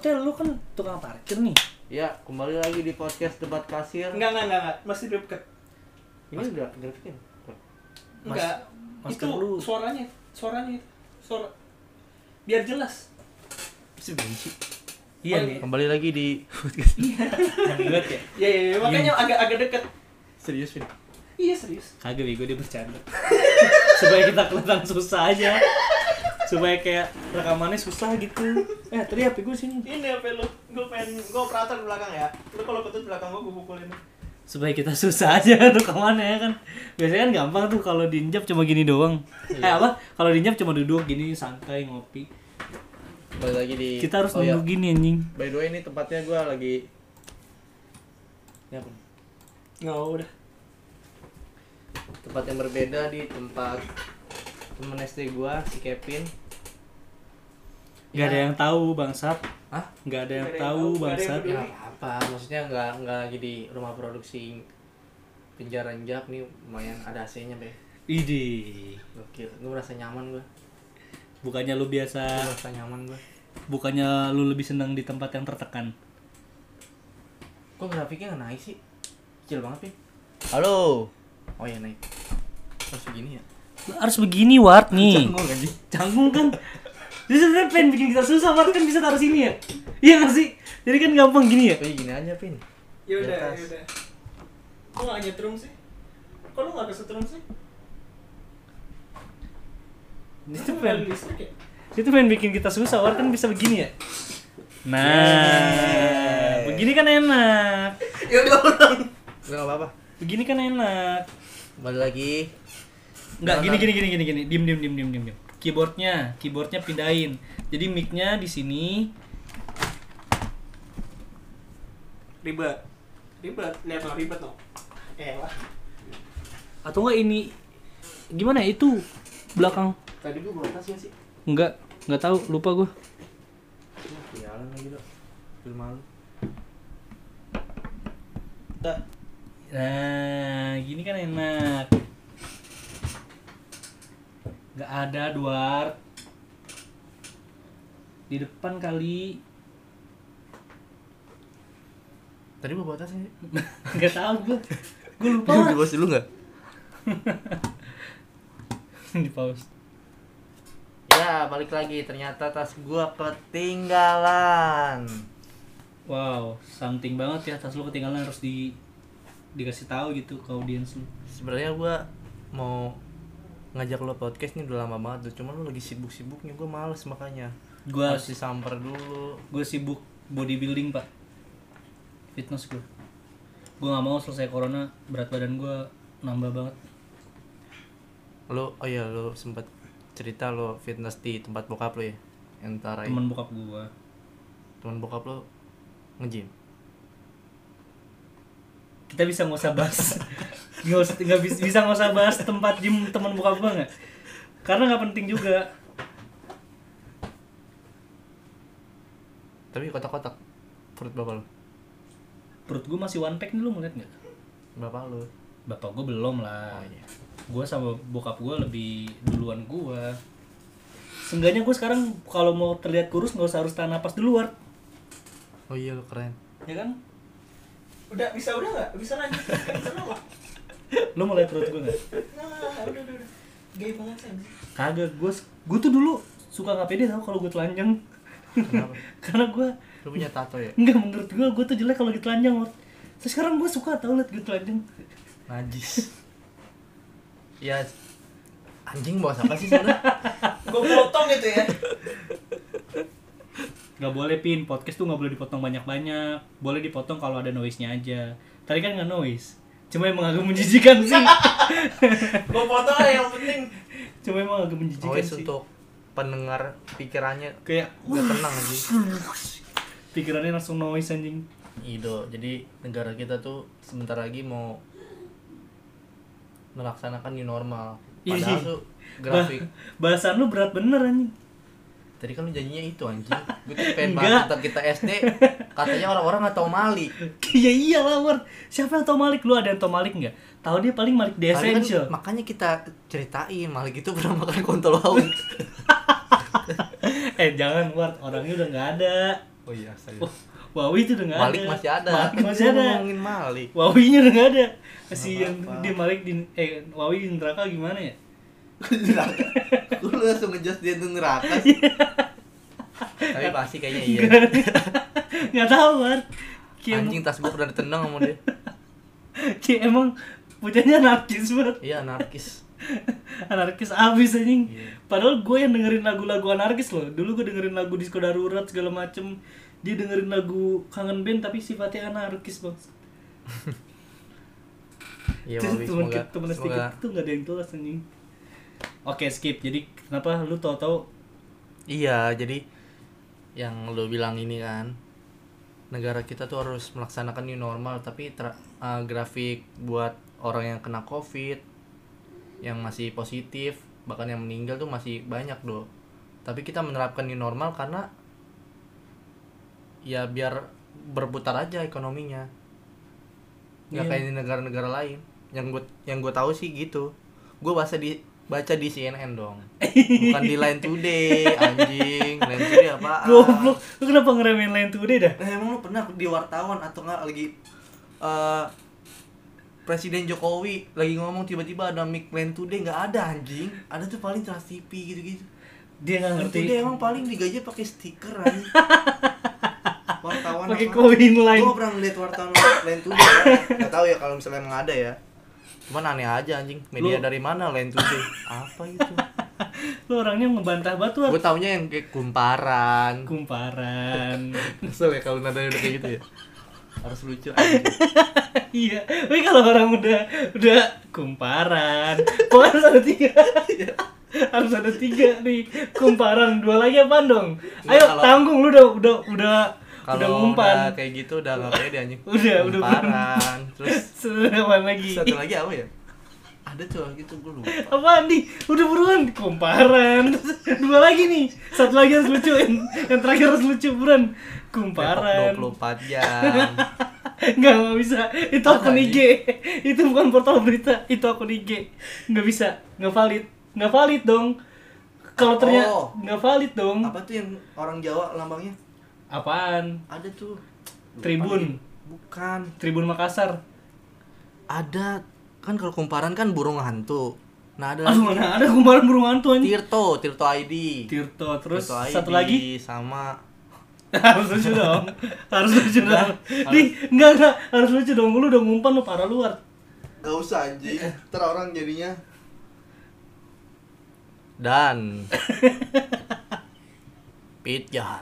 harusnya lu kan tukang parkir nih. Ya, kembali lagi di podcast debat kasir. Enggak. Masih deket. Ini udah grafikin. Enggak. Masker Itu lu. suaranya. Suara. Biar jelas. Bisa benci. Iya nih. Kembali lagi di podcast. Banget ya. Iya, makanya agak dekat. Serius, Vin? Iya, serius. Kagak bego, dia bercanda. Supaya kita kelihatan susah aja. Supaya kayak rekamannya susah gitu. Tadi HP gue sini. Ini apa lu? Gue operator di belakang ya. Lu kalau ketut belakang gue pukulin. Supaya kita susah aja rekamannya ya kan. Biasanya kan gampang tuh kalau diinjap cuma gini doang. Kalau diinjap cuma duduk gini santai ngopi. Kembali lagi di Kita harus nunggu gini anjing. By the way, ini tempatnya gue lagi. Ya, apa? Nggak, udah. Tempat yang berbeda di tempat temen SD gue, si Kevin. Gak ada yang tahu bangsat. Hah? Gak ada yang Nggak ada yang tahu tahu, nggak ada bangsat. yang Ya apa? Maksudnya nggak lagi di rumah produksi penjara Injak nih, lumayan ada AC-nya be. Ide. Gokil, gue merasa nyaman gue. Bukannya lu biasa, Gue merasa nyaman gue. bukannya lu lebih senang di tempat yang tertekan. Kok grafiknya nggak naik sih? Kecil banget Pin. Halo. Oh ya naik. Terus begini ya? Harus begini Ward nih. Canggung kan sih? Canggung kan. Jadi sebenarnya pengen bikin kita susah, Ward kan bisa taruh sini ya. Iya nggak sih? Jadi kan gampang gini ya. Kayak gini aja Pin. Ya udah. Di atas. Kok nggak nyetrum sih? Kok lu nggak kesetrum sih? Itu Lu pengen, nggak listrik ya? itu pengen bikin kita susah, Ward kan bisa begini ya. Nah, begini kan enak. Ya udah ulang. Enggak apa-apa. Begini kan enak. Kembali lagi. Enggak, gini. Diam. Keyboardnya pindahin. Jadi mic-nya di sini. Ribet. Lihat dong, ribet dong. Lah. Atau enggak ini gimana ya, itu belakang? Tadi gue bawa tas ya sih. Enggak tahu, lupa gue. Jalan lagi dong. Film malu. Udah. Nah, gini kan enak. Nggak ada Duart. Di depan kali. Tadi gue bawa tas ya. Nggak tahu gue. Gue lupa. Di bawah dulu nggak? Di pause. Ya balik lagi. Ternyata tas gue ketinggalan. Wow, something banget ya, tas lu ketinggalan, harus dikasih tahu gitu ke audiens lu. Sebenarnya gue mau ngajak lo podcast nih udah lama banget tuh, cuman lo lagi sibuk-sibuknya, gue males makanya. Gua Harus disamper dulu. gue sibuk bodybuilding, Pak. Fitness gue. Gue nggak mau selesai corona berat badan gue nambah banget. Lo sempet cerita lo fitness di tempat bokap lo ya? Antara Temen bokap gue. teman bokap lo nge-gym. Kita bisa nggak usah bahas nggak usah bahas tempat gym teman bokap gue nggak, karena nggak penting juga. Tapi kotak-kotak perut bapak lo. Perut gue masih one pack nih, lu ngeliat nggak? Bapak lo. Bapak gue belum lah. Oh iya. Gue sama bokap gue lebih duluan gue. Seenggaknya gue sekarang kalau mau terlihat kurus nggak usah harus tahan napas dulu, Ward. Oh iya lo keren. Ya kan? Udah nggak? Bisa lanjut. Kenapa? Lu mau lihat perut gue nggak? Nah, udah. Gay banget sih. Kagak, gue tuh dulu suka nggak pede tau kalau gue telanjang. Kenapa? Karena gue Lo punya tato ya? nggak, menurut gue tuh jelek kalau gitu telanjang, Ward. Terus sekarang gue suka tau liat gue telanjang. Najis. Ya anjing bahas apa sih sebenarnya? Gue potong gitu ya. Gak boleh, Pin, podcast tuh gak boleh dipotong banyak-banyak. Boleh dipotong kalau ada noise-nya aja. Tadi kan gak noise, cuma emang agak menjijikan sih. Gue potong lah yang penting. Cuma emang agak menjijikan Noise sih. untuk pendengar pikirannya Kayak gak tenang aja. pikirannya langsung noise anjing. Ido, jadi negara kita tuh sebentar lagi mau melaksanakan new normal. Padahal Ih. tuh grafik. Bahasan lu berat bener anjing. Tadi kan lu janjinya itu anjing. Gue tuh pengen Enggak. bahas tentang kita SD. Katanya orang-orang gak tau Malik. Ya iyalah, Ward. Siapa yang tau Malik? Lu ada yang tau Malik nggak? Tahu dia paling Malik The Tadi kan Essential. makanya kita ceritain Malik itu pernah makan kontol laut. Jangan, Ward. Orangnya udah nggak ada. Oh iya, saya. Oh, Wawi itu udah nggak ada. Malik masih ada. Malik Kan masih gua ada. ngomongin Malik. Wawinya udah nggak ada. Kasihan apa-apa. dia Malik di Wawi di neraka gimana ya? Neraka. Lu langsung ngejudge dia tuh neraka sih. Tapi pasti kayaknya iya. Nggak tahu kan. Anjing tas gua udah ditendang sama dia. Kayak emang bocahnya anarkis banget. Iya, anarkis. Anarkis abis anjing. Iya. Padahal gue yang dengerin lagu-lagu anarkis loh. Dulu gue dengerin lagu Disco Darurat segala macem. Dia dengerin lagu Kangen Band tapi sifatnya anarkis bang. Iya, Terus Wawi, temen SD kita tuh gak ada yang kelas anjing. Oke skip. Jadi kenapa lu tau-tau? Iya, jadi yang lo bilang ini kan, negara kita tuh harus melaksanakan new normal, tapi grafik buat orang yang kena COVID, yang masih positif, bahkan yang meninggal tuh masih banyak doh. Tapi kita menerapkan new normal karena ya biar berputar aja ekonominya. Nggak Iya. kayak di negara-negara lain. Yang gue tahu sih gitu. Gue baca di CNN dong. Bukan di Line Today, anjing. Line Today apaan? Goblok. Lu kenapa ngeremehin Line Today dah? Emang lu pernah di wartawan atau enggak lagi Presiden Jokowi lagi ngomong tiba-tiba ada mic Line Today, enggak ada anjing. Ada tuh paling Trans TV gitu-gitu. Dia nggak Line ngerti. Today emang paling digaji pakai stiker anjing. Wartawan Pakai apa? koin line. Gua pernah lihat wartawan Line Today ya. Enggak tahu ya kalau misalnya emang ada ya. Cuman aneh aja anjing. Media Lu- dari mana Line Today? Apa itu? Lu orangnya ngebantah batu. Gue taunya yang kayak kumparan. Kumparan. Kesel ya kalau nadanya udah kayak gitu ya. Harus lucu anjing. Iya. Tapi kalau orang udah kumparan, pokoknya harus ada 3. Harus ada 3 nih. Kumparan, 2 lagi apaan dong? Ayo Nggak, kalau- tanggung lu udah Kalau ngumpan. udah kayak gitu udah nggak pede anjing. Udah Kumparan. Terus Apa lagi? satu lagi apa ya? Ada tuh gitu gue lupa. Apaan nih? Udah buruan kumparan. 2 lagi nih. Satu lagi harus lucu. Yang terakhir harus lucu buruan. Kumparan. 24 jam. Nggak bisa. Itu akun Apa, IG. Itu bukan portal berita. Itu akun IG. Nggak bisa. Nggak valid. Nggak valid dong. Kalau ternyata Oh. nggak valid dong. Apa tuh yang orang Jawa lambangnya? Apaan? Ada tuh. Lupa Tribun. nih. Bukan. Tribun Makassar. Ada kan kalau kumparan kan burung hantu. Nah, ada Aduh mana ada kumparan burung hantu anjing. Tirto ID. Tirto. Terus Tirto ID satu lagi. sama Harus lucu dong. Harus lucu dong. Enggak. Harus lucu dong. Lu udah ngumpan lu parah luar. gak usah anjing. Ntar orang jadinya dan Pit jahat.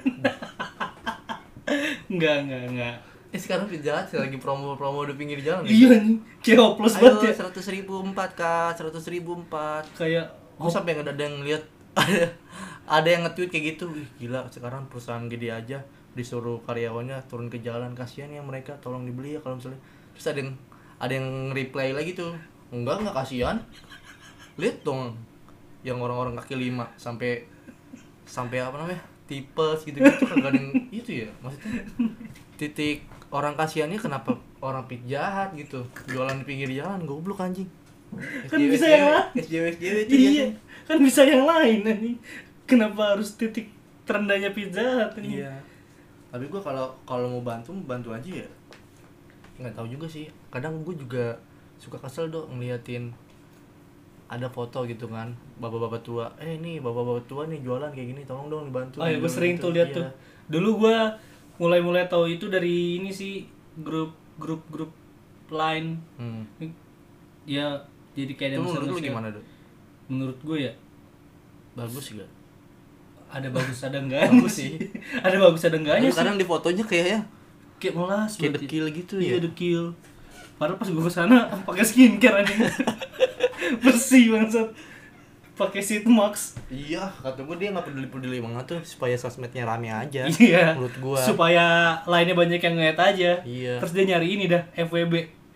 Enggak. Sekarang Pit jahat lagi promo di pinggir jalan. Iya nih. Kayak hopeless Ayo banget ya. 100.000 4 Kak, 100.000 4. Kayak Gue sampai nggak ada yang lihat ada yang nge-tweet kayak gitu. Wih, gila sekarang perusahaan gede aja disuruh karyawannya turun ke jalan, kasihan ya mereka, tolong dibeli ya kalau misalnya. Terus ada yang reply lagi tuh. Enggak kasihan. Lihat dong yang orang-orang kaki 5 sampai apa namanya? Tipes gitu-gitu kagak ada yang itu ya. Maksudnya titik orang kasihannya kenapa orang pit jahat gitu. Jualan di pinggir jalan goblok anjing. Kan bisa yang lain. SJW itu iya. Kan bisa yang lain nih. Kenapa harus titik terendahnya Pizza Hut ini? Iya. Tapi gue kalau mau bantu aja ya. Nggak tahu juga sih. Kadang gue juga suka kesel dong ngeliatin ada foto gitu kan, bapak-bapak tua. Ini bapak-bapak tua nih jualan kayak gini, tolong dong dibantu. Oh ya, gue Jualan sering gitu. tuh lihat Iya. tuh. Dulu gue mulai tahu itu dari ini sih grup line. Ya jadi kayak Itu ada menurut lu sosial. gimana tuh? Menurut gue ya Bagus juga. ada bagus ada enggak Bagus sih. ada bagus ada enggaknya Tapi sih. kadang di fotonya kayaknya Kayak melas kayak banget. dekil gitu Iya ya. dekil. Padahal pas gue kesana pakai skincare aja. Bersih bangsat. Pakai sheet mask. Iya, kata gue dia nggak peduli banget tuh supaya sosmednya rame aja. Iya. Menurut gua. Supaya lainnya banyak yang ngeliat aja. Iya. Terus dia nyari ini dah FWB,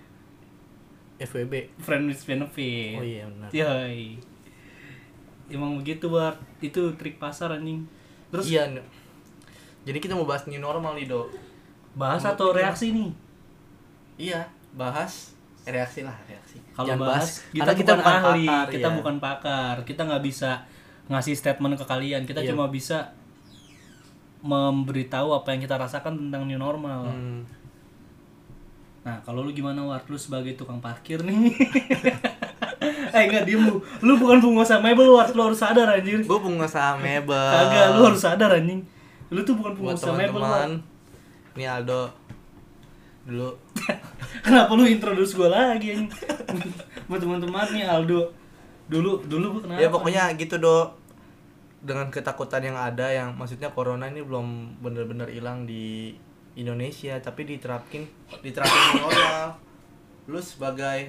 FWB. friend with benefit. Oh iya benar. Yoi. Emang begitu Bart. Itu trik pasar anjing. Terus Iya. Jadi kita mau bahas new normal nih, Dok. bahas atau reaksi nih? Iya, bahas reaksi. Kalau Jangan bahas karena kita bukan ahli, pakar, kita iya. bukan pakar, kita nggak bisa ngasih statement ke kalian, kita Iya. cuma bisa memberitahu apa yang kita rasakan tentang new normal. Hmm. Nah, kalau lu gimana, Ward? Lu sebagai tukang parkir nih. Enggak, diem lu. Lu bukan pengusaha mebel, Ward. Lu harus sadar anjir. Gue pengusaha mebel. Kagak, lu harus sadar anjing. Lu tuh bukan Buat pengusaha mebel, Ward. teman-teman, ini Aldo dulu. Kenapa lu introduce gua lagi anjing? Buat teman-teman nih Aldo. Dulu gua kenapa? Ya pokoknya gitu, Do. Dengan ketakutan yang ada, yang maksudnya corona ini belum benar-benar hilang di Indonesia, tapi diterapin normal. Lu sebagai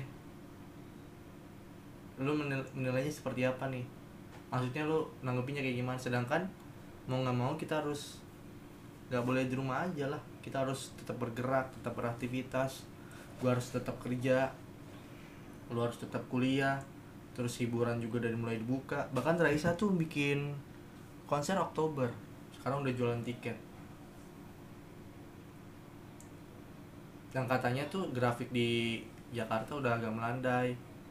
menilainya seperti apa nih? Maksudnya lu nanggepinnya kayak gimana? Sedangkan mau nggak mau kita harus nggak boleh di rumah aja lah. Kita harus tetap bergerak, tetap beraktivitas. Gua harus tetap kerja. Lu harus tetap kuliah. Terus hiburan juga dari mulai dibuka. Bahkan Raisa tuh bikin konser Oktober. Sekarang udah jualan tiket. Dan katanya tuh grafik di Jakarta udah agak melandai.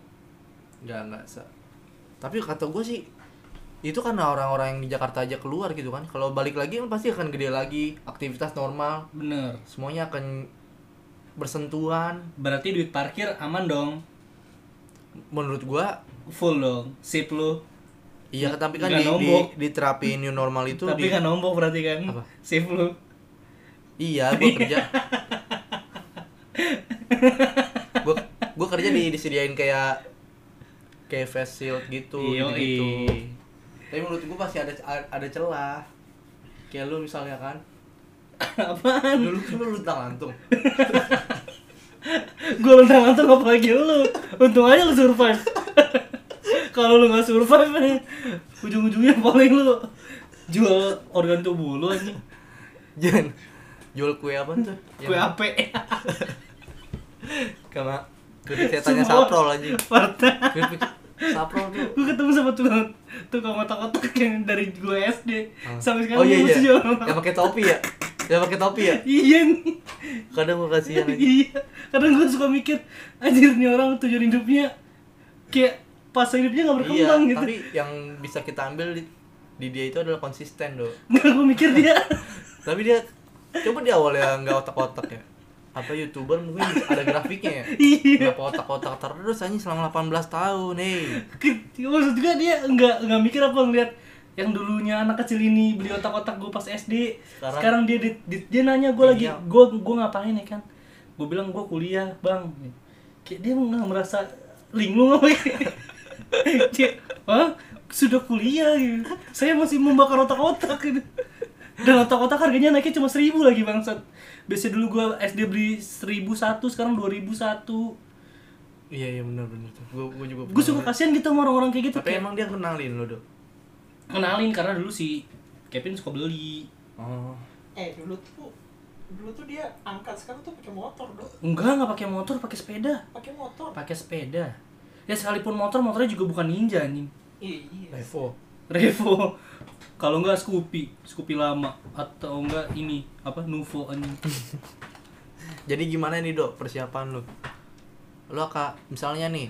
Tapi kata gue sih itu karena orang-orang yang di Jakarta aja keluar gitu kan. Kalau balik lagi kan pasti akan gede lagi, aktivitas normal. Bener. Semuanya akan bersentuhan. Berarti duit parkir aman dong. Menurut gua Full dong. Sip lu. iya, tapi kan Nggak nombok. diterapin new normal itu Tapi kan nombok berarti kan. Apa? Sip lu. Iya, gua kerja. gua kerja disediain kayak face shield gitu gitu. Tapi menurut gua pasti ada celah. Kayak lu misalnya kan. Apaan? Dulu kan lu luntang-lantung. Gue luntang-lantung apalagi lu. Untung aja lu survive. Kalau lu gak survive nih, ujung-ujungnya paling lu jual organ tubuh lu anjing. Jangan jual kue apa tuh? Kue ape. Karena keripik setannya Semua. saprol aja. Parah. Keripik saprol tuh. Gue ketemu sama tukang otak-otak yang dari gue SD. Sampai sekarang Oh iya gue masih iya. jual. Yang pakai topi ya? Yang pakai topi ya? Iya nih. Kadang gua kasihan aja. Iya. Kadang gue suka mikir, anjir nih orang tujuan hidupnya kayak pas hidupnya gak berkembang Iya, gitu. tapi yang bisa kita ambil di dia itu adalah konsisten, Do. Nggak, gue mikir dia. Tapi dia coba di awal ya nggak otak-otak ya. Apa YouTuber mungkin ada grafiknya ya? Iya. Kenapa otak-otak terus anjing selama 18 tahun, Maksud juga dia nggak mikir apa ngeliat yang dulunya anak kecil ini beli otak-otak gue pas SD. Sekarang dia nanya gue lagi, Iya. gue ngapain ya kan? Gue bilang gue kuliah bang. Kayak dia nggak merasa linglung apa ya? Kayak, hah? Sudah kuliah gitu. Saya masih membakar otak-otak gitu. Dan otak-otak harganya naiknya cuma 1.000 lagi bangsat. Biasanya dulu gue SD beli 1.001, sekarang 2.001. Iya benar tuh. Gue juga. Gue suka kasihan gitu sama orang-orang kayak gitu. Tapi kayak emang dia kenalin lo, Do. kenalin karena dulu si Kevin suka beli. Oh. Dulu tuh dia angkat, sekarang tuh pakai motor, Dok. Nggak pakai motor, pakai sepeda. Pakai motor. Pakai sepeda. Ya sekalipun motornya juga bukan Ninja anjing. Iya. Revo. Kalau enggak Scoopy lama atau enggak ini apa Nuvo anjing. Jadi gimana nih, Dok, persiapan lu? Lu misalnya nih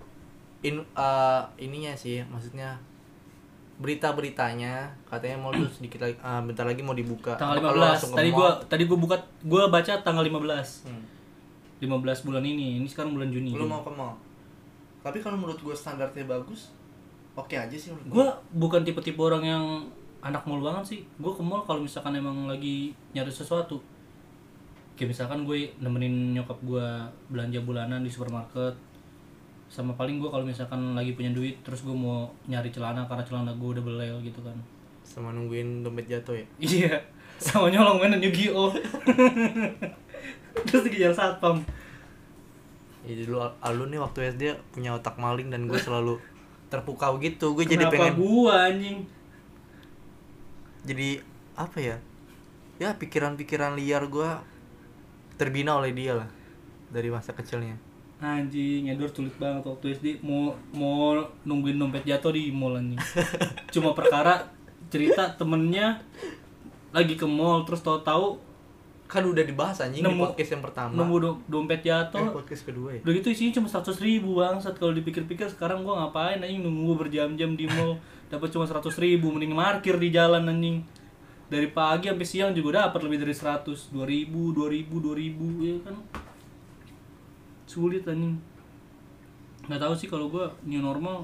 ininya sih, maksudnya berita-beritanya katanya mau lu sedikit lagi bentar lagi mau dibuka. Tanggal Apa lu langsung 15. ke mall? Gua baca tanggal 15. 15 Hmm. bulan ini. Ini sekarang bulan Juni. Lu mau ke mall. Tapi kalau menurut gue standarnya bagus, oke aja sih menurut Gue bukan tipe-tipe orang yang anak mall banget sih. Gue ke mall kalau misalkan emang lagi nyari sesuatu. Kayak misalkan gue nemenin nyokap gue belanja bulanan di supermarket. Sama paling gue kalau misalkan lagi punya duit terus gue mau nyari celana karena celana gue udah belel gitu kan. sama nungguin dompet jatuh ya. Iya. Sama nyolong mainan Yu-Gi-Oh. Terus dikejar satpam. Ya dulu Alun nih waktu SD punya otak maling dan gue selalu terpukau gitu. Gue jadi Kenapa pengen gua anjing? jadi apa ya? Ya pikiran-pikiran liar gue terbina oleh dia lah dari masa kecilnya. Anjing, Edward sulit banget waktu SD mau nungguin dompet jatuh di mall anjing. Cuma perkara cerita temennya lagi ke mall terus tahu-tahu Kan udah dibahas anjing di podcast yang pertama. nemu dompet jatuh. Podcast kedua ya. Udah gitu isinya cuma 100.000 bangsat. Kalau dipikir-pikir sekarang gua ngapain anjing nunggu berjam-jam di mall dapat cuma 100.000, mending parkir di jalan anjing. dari pagi sampai siang juga dapat lebih dari 100, 2000 ya kan. Sulit anjing. Nggak tahu sih kalau gue new normal.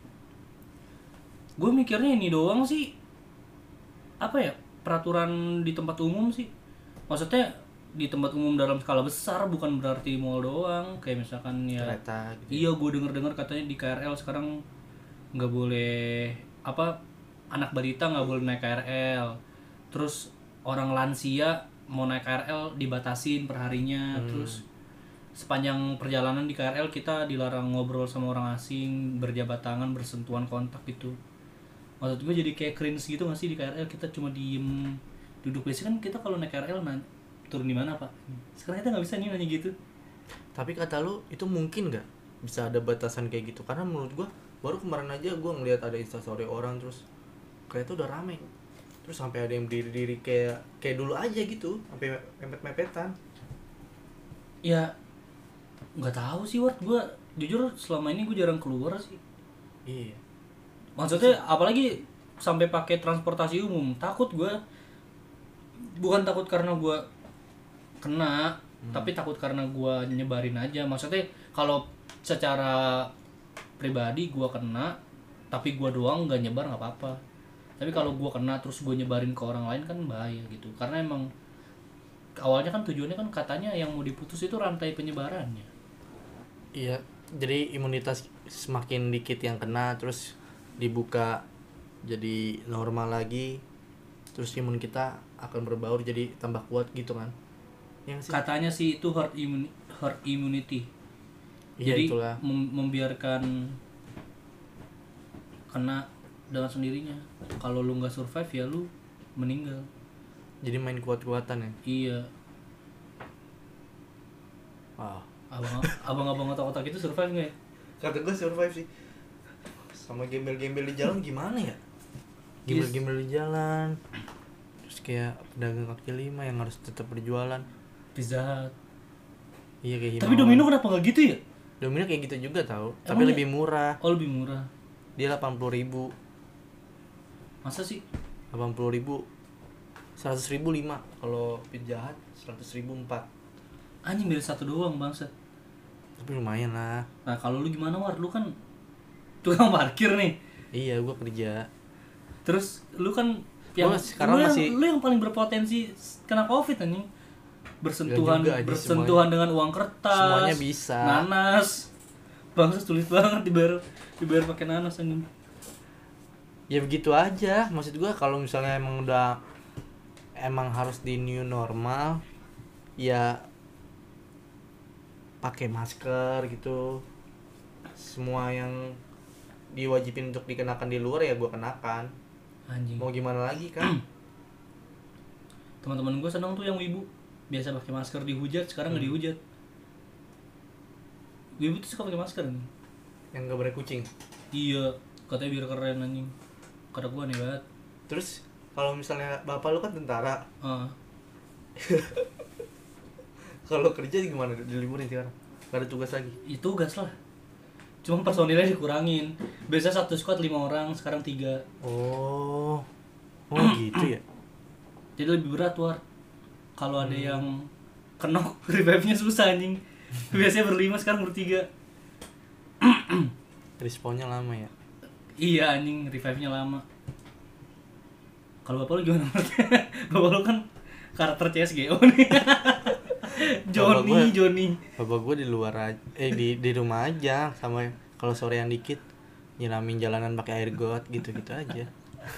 Gue mikirnya ini doang sih. Apa ya? Peraturan di tempat umum sih. Maksudnya di tempat umum dalam skala besar, bukan berarti mall doang. Kayak misalkan ya Kereta gitu. iya, gue denger katanya di KRL sekarang nggak boleh apa, anak balita nggak boleh naik KRL. Terus orang lansia mau naik KRL dibatasin perharinya. Terus sepanjang perjalanan di KRL kita dilarang ngobrol sama orang asing, berjabat tangan, bersentuhan kontak gitu. Maksud gue jadi kayak cringe gitu nggak sih di KRL, kita cuma diem duduk. Biasanya kan kita kalau naik KRL turun di mana pak? Sekarang kita nggak bisa nih nanya gitu. Tapi kata lu itu mungkin nggak bisa ada batasan kayak gitu? Karena menurut gua baru kemarin aja gua ngeliat ada instastory orang terus kayak itu udah rame. Terus sampai ada yang berdiri kayak dulu aja gitu, sampai mepet-mepetan. Ya nggak tahu sih Ward, gue jujur selama ini gue jarang keluar sih. Iya. Maksudnya apalagi sampai pakai transportasi umum, takut gue. Bukan takut karena gue kena, tapi takut karena gue nyebarin aja. Maksudnya kalau secara pribadi gue kena, tapi gue doang nggak nyebar nggak apa-apa. Tapi kalau gue kena terus gue nyebarin ke orang lain kan bahaya gitu. Karena emang awalnya kan tujuannya kan katanya yang mau diputus itu rantai penyebarannya. Iya, jadi imunitas semakin dikit yang kena terus dibuka jadi normal lagi. Terus imun kita akan berbaur jadi tambah kuat gitu kan. Yang sih? Katanya sih itu herd immunity. Iya, Jadi itulah. membiarkan kena dengan sendirinya. Kalau lu nggak survive ya lu meninggal. Jadi main kuat-kuatan ya. Iya. Wah. Abang-abang otak-otak itu survive nggak ya? Kata gue survive sih. Sama gembel-gembel di jalan gimana ya? Gembel-gembel di jalan. Terus kayak pedagang kaki lima yang harus tetap berjualan. Pizza Hut. Iya kayak Tapi Domino kenapa nggak gitu ya? Domino kayak gitu juga tau. Emang Tapi ya? lebih murah. Oh lebih murah. Dia 80.000. Masa sih? 80.000. 100.000 5. Kalau Pizza Hut 100.000 4. Anjing beda satu doang bangsat. Tapi lumayan lah. Nah kalau lu gimana War? Lu kan tukang parkir nih. Iya, gua kerja. Terus lu kan yang Gua sekarang lu yang paling berpotensi kena COVID anjing. Bersentuhan Nggak juga, Aji, bersentuhan dengan uang kertas. Semuanya bisa. Nanas. Bangsa sulit banget dibayar pakai nanas anjing. Ya begitu aja. Maksud gua kalau misalnya emang harus di new normal, ya pakai masker gitu. Semua yang diwajibin untuk dikenakan di luar ya gua kenakan. Anjing. Mau gimana lagi kan? Teman-teman gue seneng tuh yang wibu. Biasa pakai masker dihujat, sekarang nggak dihujat. Wibu tuh suka pakai masker nih. Yang gak boleh kucing. Iya, katanya biar keren anjing. Kata gue aneh banget. Terus kalau misalnya bapak lu kan tentara, Ah, kalau kerja gimana? Diliburin sekarang? Gak ada tugas lagi? itu tugas lah. Cuma personilnya dikurangin. Biasa satu squad 5 orang, sekarang 3. Oh gitu ya. Jadi lebih berat War. Kalau ada yang kenok, revive-nya susah anjing. Biasanya berlima, sekarang bertiga. Responnya lama ya. Iya anjing, revive-nya lama. Kalau bapak lu gimana? Bapak lu kan karakter CSGO nih. Johnny. Bapak gue di luar aja, di rumah aja, sama kalau sorean dikit nyiramin jalanan pakai air got gitu aja.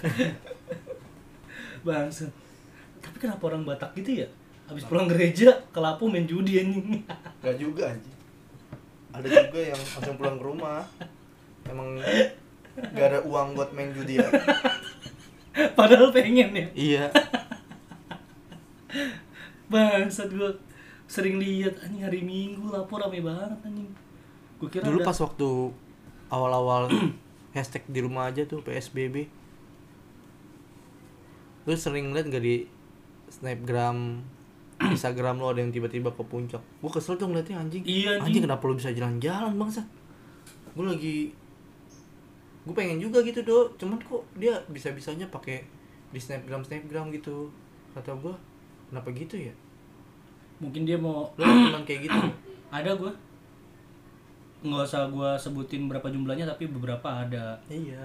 Bangsa. Tapi kenapa orang Batak gitu ya? Habis pulang gereja ke Lapo main judi anjing. Gak juga anjing. Ada juga yang langsung pulang ke rumah. Emang gak ada uang buat main judi ya. Padahal pengen ya. Iya. Bangsat gua sering lihat anjing hari Minggu Lapo rame banget anjing. Gua kira Dulu ada... pas waktu awal-awal hashtag di rumah aja tuh PSBB. Lu sering liat gak di Snapgram, Instagram lo ada yang tiba-tiba ke puncak? Gue kesel tuh ngeliatnya anjing. Iya, Anjing kenapa lu bisa jalan-jalan bangsat? Gue pengen juga gitu cuman kok dia bisa-bisanya pakai di snapgram gitu. Kata gua kenapa gitu ya, Mungkin dia mau lu ada teman kayak gitu? ada gua. Nggak usah gua sebutin berapa jumlahnya tapi beberapa ada. Iya.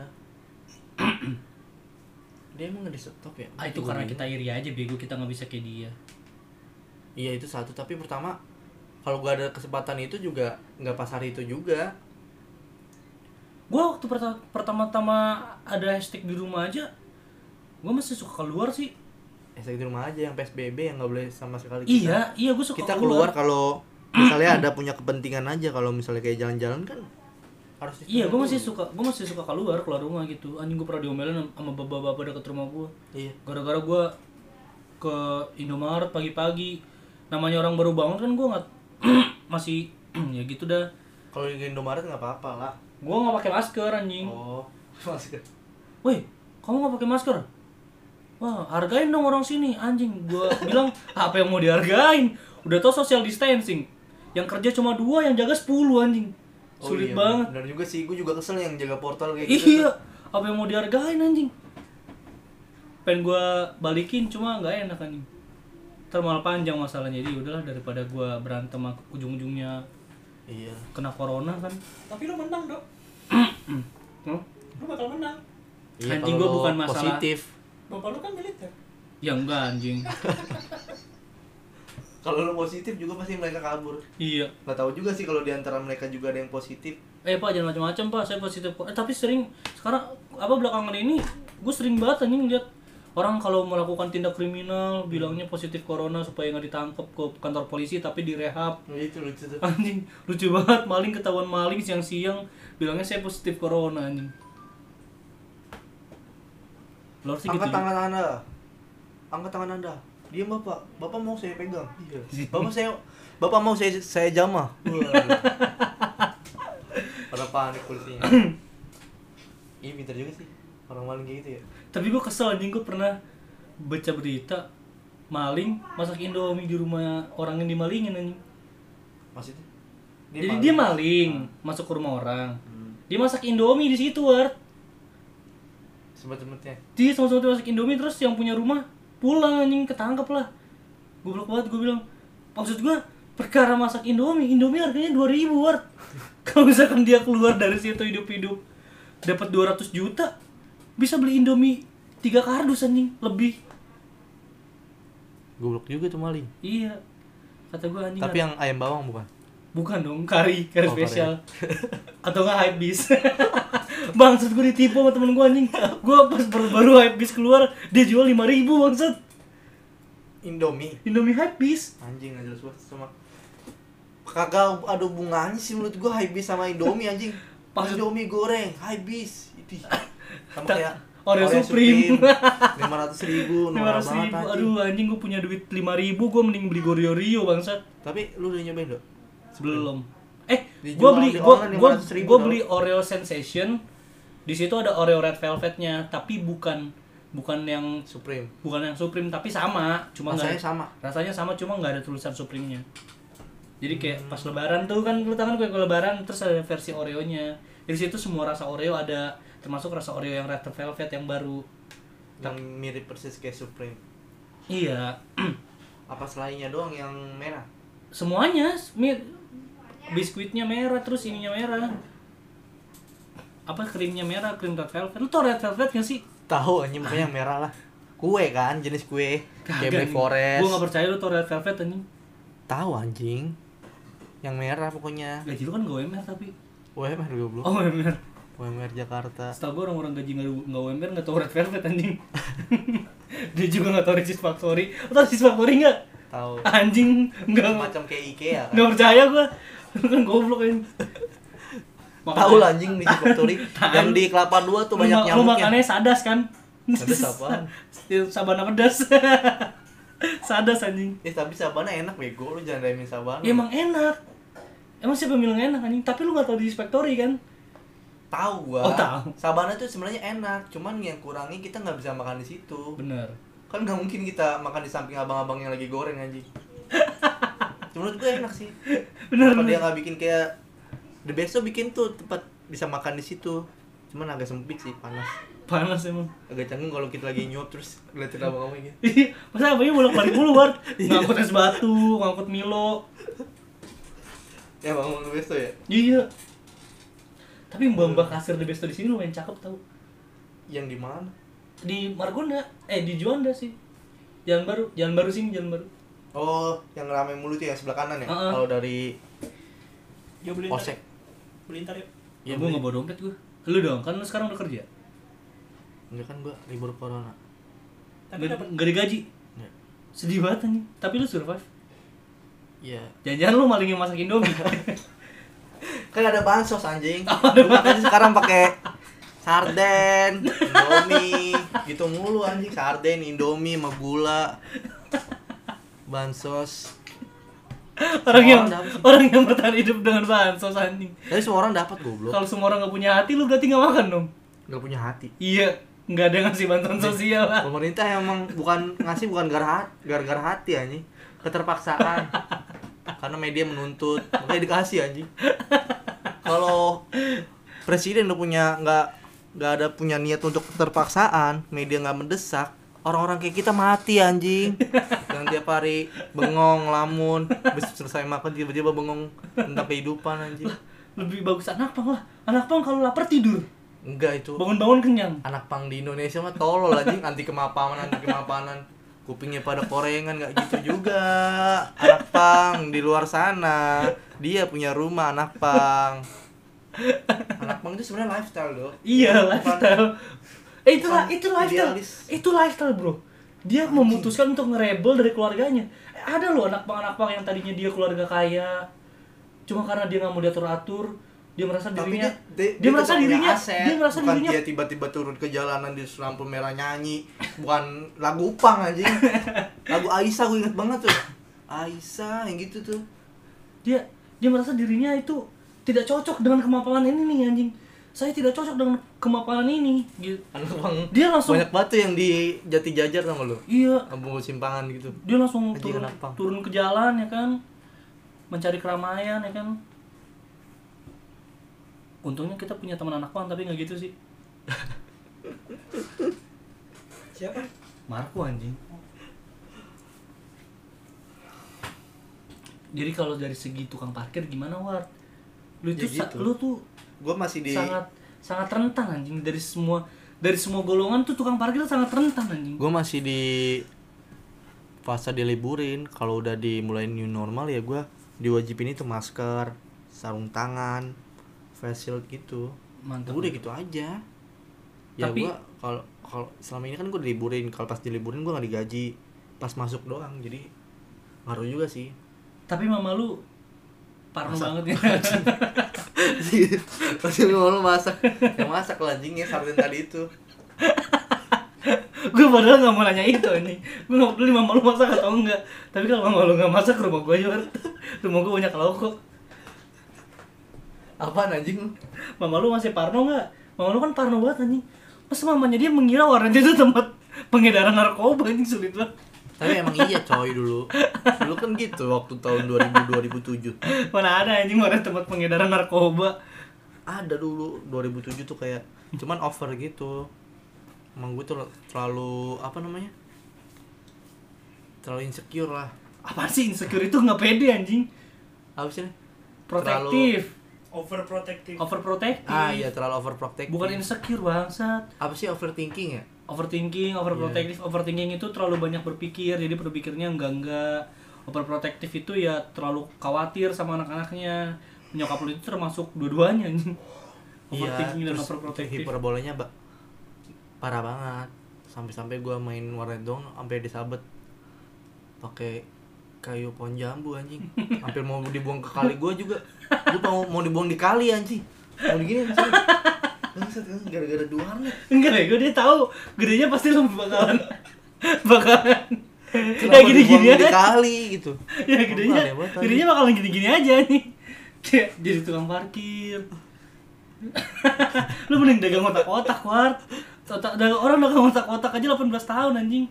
Dia emang nggak di stop ya? Itu karena kita iri aja bego, kita nggak bisa kayak dia. Iya itu satu, tapi pertama kalau gua ada kesempatan itu juga nggak pas hari itu juga. Gua waktu pertama-tama ada hashtag di rumah aja, gua masih suka keluar sih. Saya di rumah aja yang PSBB yang nggak boleh sama sekali. Iya, gua suka Kita keluar kalau misalnya ada punya kepentingan aja, kalau misalnya kayak jalan-jalan kan harus. Iya, gua masih suka keluar rumah gitu. Anjing gua pernah diomelin sama bapak-bapak dekat rumah gua. Iya. Gara-gara gua ke Indomaret pagi-pagi. Namanya orang baru bangun kan gua nggak masih ya gitu dah. Kalau di Indomaret nggak apa-apa lah. Gua nggak pakai masker anjing. Oh, masker. Woi, kamu nggak pakai masker? Wah, hargain dong orang sini, anjing. Gua bilang, apa yang mau dihargain? Udah tau social distancing. Yang kerja cuma 2, yang jaga 10 anjing. Sulit banget. Benar juga sih, gue juga kesel yang jaga portal kayak gitu. Iya, apa yang mau dihargain anjing? Pengen gua balikin cuma nggak enak anjing. Termal panjang masalahnya, jadi udahlah daripada gua berantem ujung-ujungnya Iya. kena corona kan. Tapi lu menang, Dok. Lu bakal menang. Iya, Anjing, kalau gua bukan lo masalah. positif. Bapak lu kan militer. Ya enggak anjing. Kalau lo positif juga pasti mereka kabur. Iya. Nggak tahu juga sih kalau di antara mereka juga ada yang positif. Pak jangan macam-macam pak, saya positif kok. Tapi sering sekarang apa belakangan ini gue sering banget anjing lihat orang kalau melakukan tindak kriminal bilangnya positif corona supaya nggak ditangkap ke kantor polisi tapi direhab. Nah, itu lucu tuh. Anjing lucu banget, maling ketahuan maling siang-siang bilangnya saya positif corona anjing. Lo sih Angkat gitu. tangan Anda. Angkat tangan Anda. Diam Bapak. Bapak mau saya pegang. Iya. Bapak mau saya jamah. Pada panik polisinya. Iya pintar juga sih. Orang maling kayak gitu ya. Tapi gue kesel anjing, gue pernah baca berita maling masak Indomie di rumah orang yang dimalingin anjing. Maksudnya? Jadi dia maling masuk ke rumah orang. Dia masak Indomie di situ, Ward. Sempat-sempatnya. Dia sama-sama masak Indomie terus yang punya rumah pulang anjing, ketangkep lah. Goblok banget, gue bilang. Maksud gue perkara masak Indomie harganya 2.000, Ward. Kalau misalkan dia keluar dari situ hidup-hidup dapat 200 juta, bisa beli Indomie 3 kardus anjing, lebih. Goblok juga tuh maling. Iya. Kata gue anjing. Tapi yang ayam bawang bukan? Bukan dong, kari Oh, spesial. Atau enggak hypebeast. Bangsat, gue ditipu sama temen gue anjing. Gue pas baru hypebeast keluar, dia jual 5.000 bangsat. Indomie. Indomie hypebeast. Anjing aja banget sama. Kagak ada hubungannya sih menurut gua hypebeast sama Indomie anjing. Maksud- Indomie goreng hypebeast itu. Sama Tak- kayak Oreo Supreme. 500.000 norak 500.000. banget anjing. Aduh anjing, gue punya duit 5.000, gue mending beli Gorio bangsat. Tapi lu udah nyobain, Dok? Belum. Dijual di online 500.000 gue tau. beli Oreo Sensation. Di situ ada Oreo Red Velvetnya, tapi bukan yang Supreme. Supreme, tapi sama, cuma Rasanya nggak- sama. Rasanya sama, cuma nggak ada tulisan Supreme-nya. Jadi kayak pas lebaran tuh kan, lu tangan kue lebaran terus ada versi Oreo-nya. Di situ semua rasa Oreo ada, termasuk rasa Oreo yang Red Velvet yang baru. Yang mirip persis kayak Supreme. Iya. Apa selainnya doang yang merah? Semuanya biskuitnya merah, terus ininya merah. Apa krimnya merah, krim Red Velvet. Lu tau Red Velvet gak sih? Tahu anjing makanya yang merah lah. Kue kan, jenis kue. Kayak Black Forest. Gue gak percaya lu tau Red Velvet anjing. Tahu anjing. Yang merah pokoknya. Gaji lu kan gak UMR tapi. UMR goblok. Oh UMR. UMR Jakarta. Setahu gue orang-orang gaji gak UMR gak tau Red Velvet anjing. Dia juga gak tau Cheese Factory. Lu tau Cheese Factory gak? Tahu. Anjing, enggak Macam kayak IKEA kan. nggak percaya gue. Lu kan goblok kan. Tahu lah anjing di Factory yang di Kelapa 2 tuh banyak Lu nyamuknya. makannya sadas kan? Sadas apaan? Sabana pedas. Sadas anjing. Tapi Sabana enak bego, lu jangan remehin Sabana. Ya emang enak. Emang siapa yang bilang enak anjing? Tapi lu gak tau di Factory kan? Tahu gua. Oh, tahu. Sabana tuh sebenarnya enak, cuman yang kurangnya kita nggak bisa makan di situ. Bener. Kan nggak mungkin kita makan di samping abang-abang yang lagi goreng anjing. Menurut gue enak sih. Bener, Kenapa bener. dia nggak bikin kayak The Besto bikin tuh tempat bisa makan di situ. Cuman agak sempit sih, panas. Panas emang. Agak canggung kalau kita lagi nyuap terus ngeliatin abang-abang gitu. Masa abangnya bolak-balik mulu, War? Ngangkut es batu, ngangkut Milo. Ya abang-abang lu Besto ya? Iya. Tapi mbak-mbak kasir di Besto di sini lumayan cakep tau. Yang di mana? Di Margonda, di Juanda sih. Jalan baru sini, jalan baru. Oh, yang ramai mulu tuh yang sebelah kanan ya? Heeh. Kalau dari Yuk beli Polsek. Beli ntar yuk. Ya gue nggak bawa dompet gue. Lu dong, kan lu sekarang udah kerja. Enggak kan gua libur corona. Tapi dapat Nggak digaji. Ya. Sedih banget anjing. Tapi lu survive. Iya. Jangan-jangan lu maling yang masak Indomie. Kan ada bansos anjing. Lu makanya sekarang pakai sarden, Indomie, gitu mulu anjing, sarden, Indomie sama gula. Bansos. orang yang bertahan hidup dengan bansos anjing. Tapi semua orang dapat goblok. Kalau semua orang nggak punya hati, lu berarti nggak makan dong. Enggak punya hati. Iya, nggak ada yang ngasih bantuan sosial lah. Pemerintah emang bukan ngasih, bukan gara-gara hati anjing. Keterpaksaan. Karena media menuntut, makanya dikasih anjing. Kalau presiden udah punya nggak ada punya niat untuk keterpaksaan, media nggak mendesak, orang-orang kayak kita mati anjing. Yang tiap hari bengong, lamun, habis selesai makan tiba-tiba bengong tentang kehidupan anjing. Lebih bagus anak pang lah. Anak pang kalau lapar tidur, Enggak itu. bangun-bangun kenyang. Anak pang di Indonesia mah tolol anjing, anti kemapanan. Kupingnya pada korengan, nggak gitu juga. Anak pang di luar sana, dia punya rumah anak pang. Anak pang itu sebenarnya lifestyle loh. Iya, Bukan- lifestyle. Itu lifestyle. idealis. Itu lifestyle, bro. Dia memutuskan untuk ngerebel dari keluarganya. Ada loh anak pang yang tadinya dia keluarga kaya, cuma karena dia nggak mau diatur-atur, dia merasa Tapi dirinya dia merasa tetap punya dirinya aset. dia merasa Bukan dirinya dia tiba-tiba turun ke jalanan di lampu merah nyanyi, bukan lagu pang anjing. Lagu Aisyah gue inget banget tuh. Aisyah yang gitu tuh. dia merasa dirinya itu tidak cocok dengan kemapanan ini nih anjing. Saya tidak cocok dengan kemapanan ini gitu. Anak pang Dia langsung banyak banget tuh yang di Jati Jajar sama lu. iya, Kampung simpangan gitu. dia langsung Anjing, anak pang. turun ke jalan ya kan. Mencari keramaian ya kan. Untungnya kita punya teman anak pang tapi nggak gitu sih. siapa? Marco anjing. Jadi kalau dari segi tukang parkir gimana, War? Lu Ya itu gitu. lu tuh Gue masih di sangat rentan anjing, dari semua golongan tuh tukang parkir sangat rentan anjing. gue masih di fase diliburin. Kalau udah dimulai new normal ya gue diwajibin itu masker, sarung tangan, face shield gitu. Mantap. Udah gitu aja. Ya Tapi- gue kalau selama ini kan gue diliburin. Kalau pas diliburin gue nggak digaji, pas masuk doang. Jadi ngaruh juga sih. Tapi mama lu parno Masak. banget ya. Pasti lu mau masak. Yang masak lah anjingnya sarden tadi itu. Gue padahal gak mau nanya itu anjing. Gue gak peduli mama lu masak atau enggak. Tapi kalau mama lu gak masak, rumah gue aja. Rumah gue banyak lauk kok. Apaan anjing lu? Mama lu masih parno gak? Mama lu kan parno banget anjing. Masa mamanya dia mengira warnanya itu tempat pengedaran narkoba anjing, sulit banget. Tapi emang iya coy dulu. Dulu kan gitu waktu tahun 2007. Mana ada anjing warna tempat pengedaran narkoba. Ada dulu 2007 tuh kayak cuman over gitu. Emang gue tuh terlalu apa namanya? Terlalu insecure lah. Apaan sih insecure itu gak pede anjing. Apa sih? Protektif. Overprotective. Overprotective. Iya terlalu overprotective. Bukan insecure bangsat. Apa sih overthinking ya? Overthinking, overprotective. Overthinking itu terlalu banyak berpikir, jadi berpikirnya enggak. Overprotective itu ya terlalu khawatir sama anak-anaknya. Nyokap lu itu termasuk dua-duanya anjing. Overthinking dan terus overprotective. hiperbolanya parah banget. Sampai-sampai gua main warnet dong sampai disabet pakai kayu pohon jambu anjing. Hampir mau dibuang ke kali gua juga. Gua mau dibuang di kali anjing. Mau digini anjing. Bangsat kan gara-gara dua warnet. Enggak deh, gue dia tahu gedenya pasti lu bakalan ya Kenapa gini-gini dibuang di aja. kali gitu. Ya gedenya, Aneh banget, gedenya bakalan gini-gini aja nih. Kayak jadi tukang parkir. Lu mending dagang otak-otak, War. Orang dagang otak-otak aja 18 tahun anjing.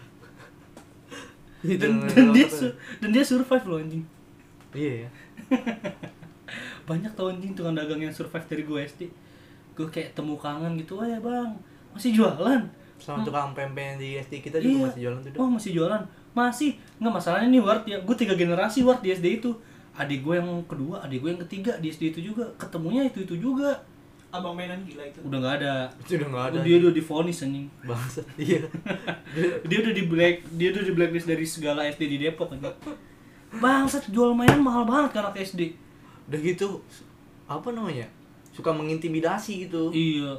Dan dia survive loh anjing. Iya ya. Banyak tau anjing tukang dagang yang survive dari gue SD. gue kayak temu kangen gitu, ya bang masih jualan. Sama tukang pempek di SD kita juga masih jualan tuh. Oh masih jualan, masih nggak masalahnya nih Ward ya, gue 3 generasi Ward di SD itu. Adik gue yang kedua, adik gue yang ketiga di SD itu juga, ketemunya itu juga. Abang mainan gila itu. Udah nggak ada. Itu udah nggak ada. Dia udah divonis anjing. Bangsat. Iya. Dia udah di blacklist dari segala SD di Depok anjing. Bangsat, jual mainan mahal banget kan anak SD. Udah gitu apa namanya? Suka mengintimidasi gitu. Iya.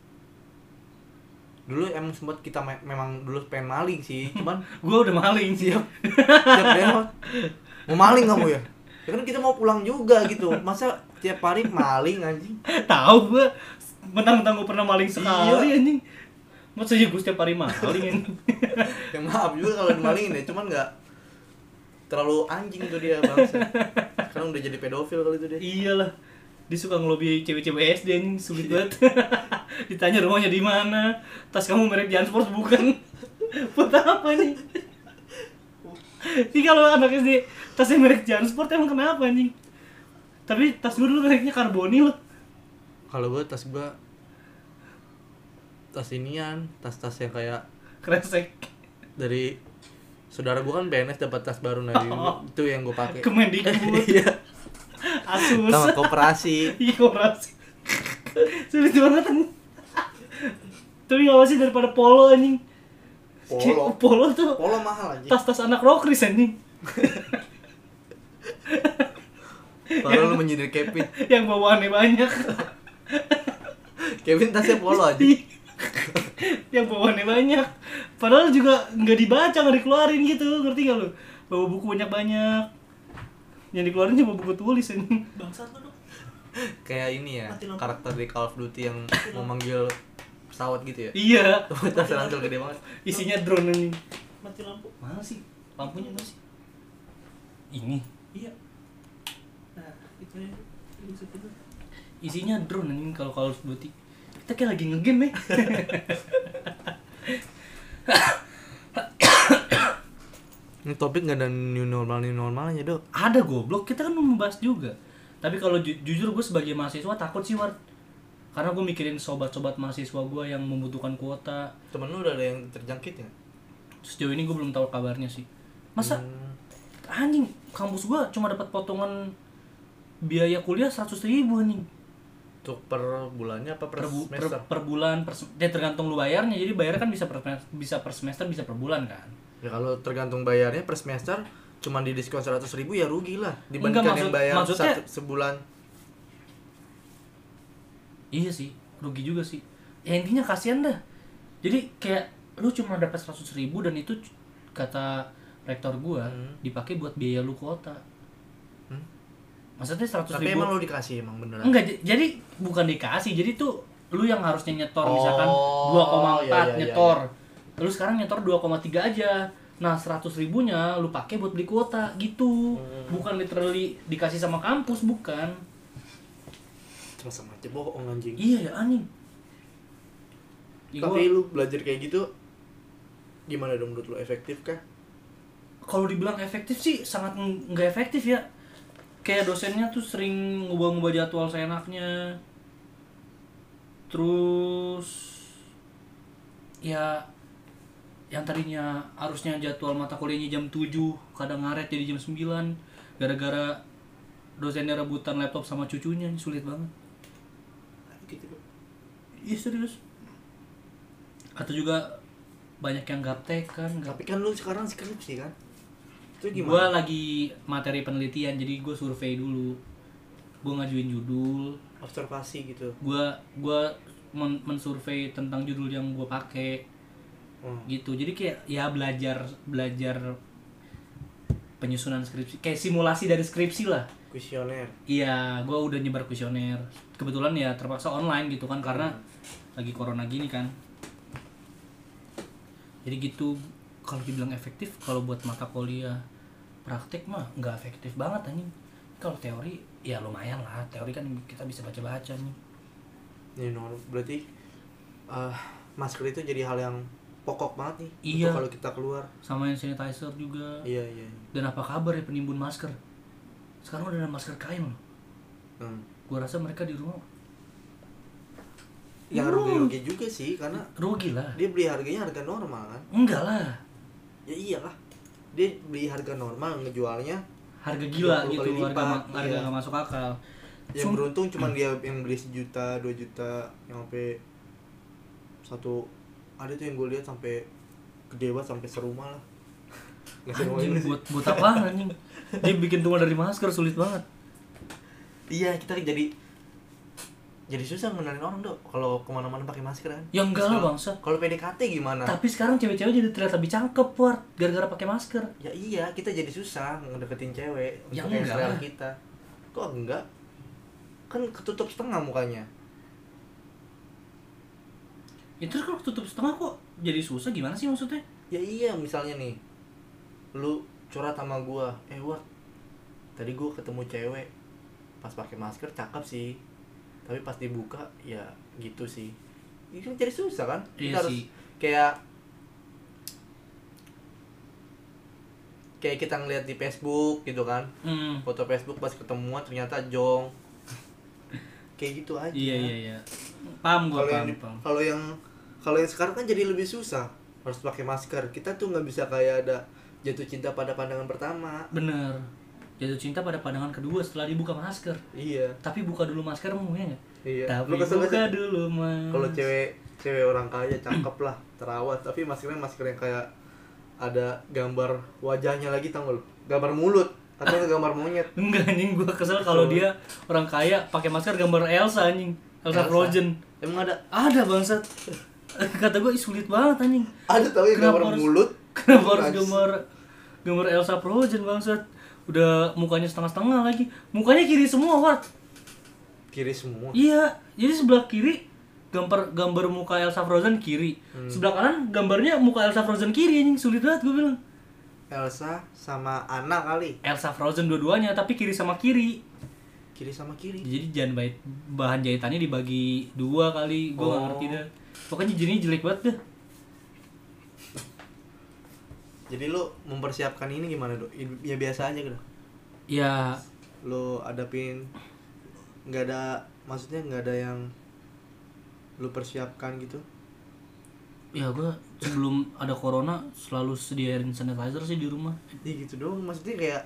Dulu emang sempat kita memang dulu pengen maling sih, cuman Gue udah maling sih. tiap lewat mau maling kamu ya? Ya kan kita mau pulang juga gitu. Masa tiap hari maling anjing? Tahu gue, mentang-mentang gue pernah maling sekali Iya. anjing. Masa gue setiap hari maling anjing. Ya maaf juga kalau dimalingin ya, cuman nggak terlalu anjing tuh dia bangsa. Sekarang udah jadi pedofil kali itu dia. Iyalah. Dia suka ngelobi cewek-cewek SD anjing, sulit banget. Ditanya rumahnya di mana, tas kamu merek Jansport bukan? Buat apa nih? Ini kalau anak SD tasnya merek Jansport emang kenapa anjing? Tapi tas gue dulu mereknya Carboni loh. Kalau tas inian, tas yang kayak Kresek. dari saudara gua kan BNS dapat tas baru dari itu yang gua pakai. Kemendikbud. Iya. Asus. Sama koperasi. Iya koperasi. Sulit banget anjing. Tapi nggak sih daripada polo anjing. Polo tuh Polo mahal anjing. tas-tas anak rockris anjing. Padahal lu menyindir Kevin. Yang bawaannya banyak. Kevin tasnya polo aja. Yang bawaannya banyak. Padahal juga nggak dibaca, nggak dikeluarin gitu, ngerti gak lu? Bawa buku banyak-banyak. Yang dikeluarin cuma buku tulis anjing. Bangsat lu dong. Kayak ini ya, Mati lampu. karakter di Call of Duty yang mau manggil pesawat gitu ya. Iya. Tas ransel gede banget. Isinya drone anjing. Mati lampu. Mana sih? Lampunya mana sih? Ini. Iya. Nah, itu ya. Ini itu. Isinya drone anjing kalau Call of Duty. Kita kayak lagi ngegame ya. Ini topik nggak ada new normalnya dok. Ada goblok, kita kan mau membahas juga. Tapi kalau jujur gue sebagai mahasiswa takut sih Ward. Karena gue mikirin sobat-sobat mahasiswa gue yang membutuhkan kuota. Temen lu udah ada yang terjangkit ya? Sejauh ini gue belum tahu kabarnya sih. Masa anjing, kampus gue cuma dapat potongan biaya kuliah 100.000 anjing. Untuk per bulannya apa per semester? Per bulan, dia tergantung lu bayarnya. Jadi bayarnya kan bisa per semester, bisa per bulan kan. Ya kalau tergantung bayarnya per semester cuma di diskon 100.000 ya rugi lah Enggak, dibandingkan yang bayar maksudnya, sebulan. Iya sih, rugi juga sih. Ya intinya kasihan dah. Jadi kayak lu cuma dapat 100.000 dan itu kata rektor gua dipakai buat biaya lu kuota. Maksudnya 100.000. Tapi emang lu dikasih emang beneran? Enggak, jadi bukan dikasih. Jadi tuh lu yang harusnya nyetor misalkan 2,4 iya, nyetor. Lu sekarang nyetor 2,3 aja. Nah, 100.000-nya lu pakai buat beli kuota gitu. Bukan literally dikasih sama kampus, bukan. Cuma sama aja bohong anjing. Iya ya, anjing. Ya, Tapi lu belajar kayak gitu gimana dong menurut lu, efektif kah? kalau dibilang efektif sih sangat nggak efektif ya. Kayak dosennya tuh sering ngubah-ngubah jadwal seenaknya. Terus ya yang tadinya harusnya jadwal mata kuliahnya jam 7 kadang ngaret jadi jam 9 gara-gara dosennya rebutan laptop sama cucunya. Sulit banget. Gitu dong. Iya serius. Atau juga banyak yang gaptek kan. Tapi kan lu sekarang skripsi kan? Itu Gue gimana? lagi materi penelitian, jadi gue survei dulu. Gue ngajuin judul. Observasi gitu. Gue mensurvei tentang judul yang gue pakai. Gitu. Jadi kayak ya belajar penyusunan skripsi, kayak simulasi dari skripsi lah. Kuesioner. Iya, gue udah nyebar kuesioner. Kebetulan ya terpaksa online gitu kan karena lagi corona gini kan. Jadi gitu. Kalau dibilang efektif, kalau buat mata kuliah praktek mah nggak efektif banget anjing. Kalau teori ya lumayan lah. Teori kan kita bisa baca-baca nih. Ini berarti masker itu jadi hal yang pokok banget nih. Iya. Untuk kalau kita keluar. Sama hand sanitizer juga. Iya. Dan apa kabar ya penimbun masker? Sekarang udah ada masker kain loh. Gua rasa mereka di rumah Ya rugi juga sih karena rugi lah. dia beli harganya harga normal kan. Enggak lah, Ya iyalah. Dia beli harga normal ngejualnya harga gila 20 gitu, kali lipat, harga iya. nggak masuk akal. Yang beruntung cuman dia yang beli 1 juta 2 juta yang sampai satu, ada tuh yang gue lihat sampai gede banget sampai serumah lah. Nggak serumah Anjing, juga sih. buat apaan anjing? Dia bikin rumah dari masker sulit banget. Iya, kita jadi susah ngenalin orang dok kalau kemana-mana pakai masker kan. Ya enggak lah bangsa. Kalau PDKT gimana? Tapi sekarang cewek-cewek jadi terlihat lebih cakep, Ward, gara-gara pakai masker. Ya iya, kita jadi susah ngedeketin cewek Ya untuk yang enggak selera lah. kita. Kok enggak? Kan ketutup setengah mukanya. Ya terus kalau tutup setengah kok jadi susah, gimana sih maksudnya? Ya iya, misalnya nih lu curhat sama gua, Ward, tadi gua ketemu cewek pas pakai masker cakep sih, tapi pas dibuka ya gitu sih. Itu kan jadi susah kan? Iya Kita harus sih. kayak kita ngeliat di Facebook gitu kan, foto Facebook pas ketemuan ternyata jong, kayak gitu aja. Iya. Paham gua, paham. Kalau yang sekarang kan jadi lebih susah, harus pakai masker. Kita tuh nggak bisa kayak ada jatuh cinta pada pandangan pertama. Bener. Jatuh cinta pada pandangan kedua setelah dibuka masker. Iya. Tapi buka dulu maskermu ya nggak? Iya. Tapi Lu kesel buka gak sih? dulu mas. Kalau cewek orang kaya cakep lah, terawat, tapi maskernya masker yang kayak ada gambar wajahnya lagi, tau gak lu? Gambar mulut atau gambar monyet. Enggak anjing, gua kesel kalau dia orang kaya pakai masker gambar Elsa anjing. Elsa Frozen. Emang ada? Ada bangsat. Kata gua sulit banget anjing. Ada tau yang Kenapa gambar harus- mulut. Kenapa harus Najis. gambar Elsa Frozen bangsat? Udah mukanya setengah-setengah lagi. Mukanya kiri semua, Ward. Kiri semua. Iya, jadi sebelah kiri gambar muka Elsa Frozen kiri. Sebelah kanan gambarnya muka Elsa Frozen kiri anjing, sulit banget gue bilang. Elsa sama Anna kali. Elsa Frozen dua-duanya tapi kiri sama kiri. Kiri sama kiri. Jadi bahan jahitannya dibagi dua kali, gue nggak Oh. ngerti dah. Pokoknya jadinya jelek banget dah. Jadi lu mempersiapkan ini gimana, Dok? Ya biasa aja gitu. Ya, Lu hadapin, nggak ada, maksudnya nggak ada yang lu persiapkan gitu. ya gue sebelum ada corona selalu sediain sanitizer sih di rumah. Ya gitu dong, maksudnya kayak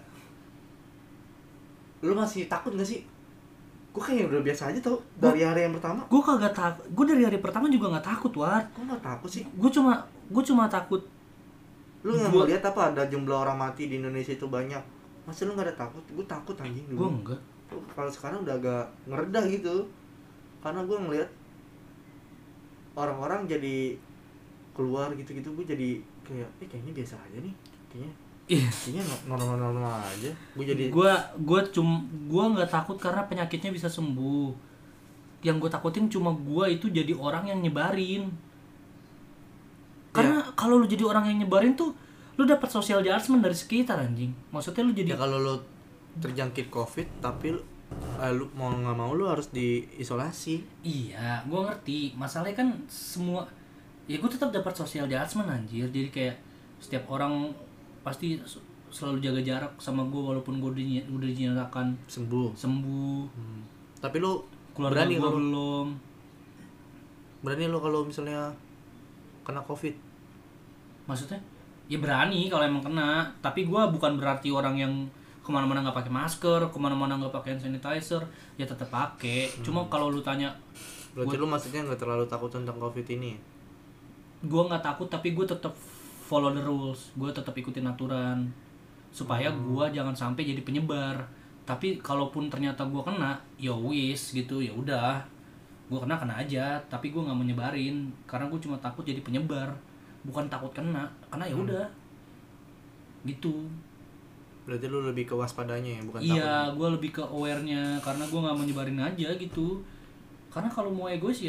lu masih takut gak sih? Gue kayaknya udah biasa aja tau dari hari yang pertama. Gue kagak takut. Gue dari hari pertama juga nggak takut, War. Kok nggak takut sih? Gue cuma takut. Lu nggak Gua- ngeliat apa ada jumlah orang mati di Indonesia itu banyak? Masa lu nggak ada takut? Gue takut anjing Gue dulu. enggak. Kalau sekarang udah agak ngeredah gitu, karena gue ngeliat orang-orang jadi keluar gitu-gitu, gue jadi kayak kayaknya biasa aja nih, Iya. kayaknya normal-normal aja. Gue jadi Gue nggak takut karena penyakitnya bisa sembuh. Yang gue takutin cuma gue itu jadi orang yang nyebarin. Karena kalau lu jadi orang yang nyebarin tuh lu dapat social judgment dari sekitar anjing. Maksudnya lu jadi ya kalau lu terjangkit COVID tapi lu mau nggak mau lu harus diisolasi. iya, gue ngerti. Masalahnya kan semua ya gue tetap dapat social judgment anjir. Jadi kayak setiap orang pasti selalu jaga jarak sama gue walaupun gue udah dinyatakan Sembuh. Tapi lu keluarga berani gue kalau belum. lu kalau misalnya kena COVID. Maksudnya ya berani kalau emang kena, tapi gue bukan berarti orang yang kemana-mana nggak pakai masker, kemana-mana nggak pakai hand sanitizer, ya tetap pakai. Cuma kalau lu tanya, Berarti lu maksudnya nggak terlalu takut tentang COVID ini? gue nggak takut tapi gue tetap follow the rules, gue tetap ikutin aturan supaya gue jangan sampai jadi penyebar. Tapi kalaupun ternyata gue kena, ya wis gitu, ya udah, gue kena aja, tapi gue nggak menyebarin karena gue cuma takut jadi penyebar, bukan takut kena ya udah, gitu. Berarti lu lebih ke waspadanya ya, bukan Iya, takut. gue lebih ke aware-nya karena gue nggak menyebarin aja gitu. Karena kalau mau egois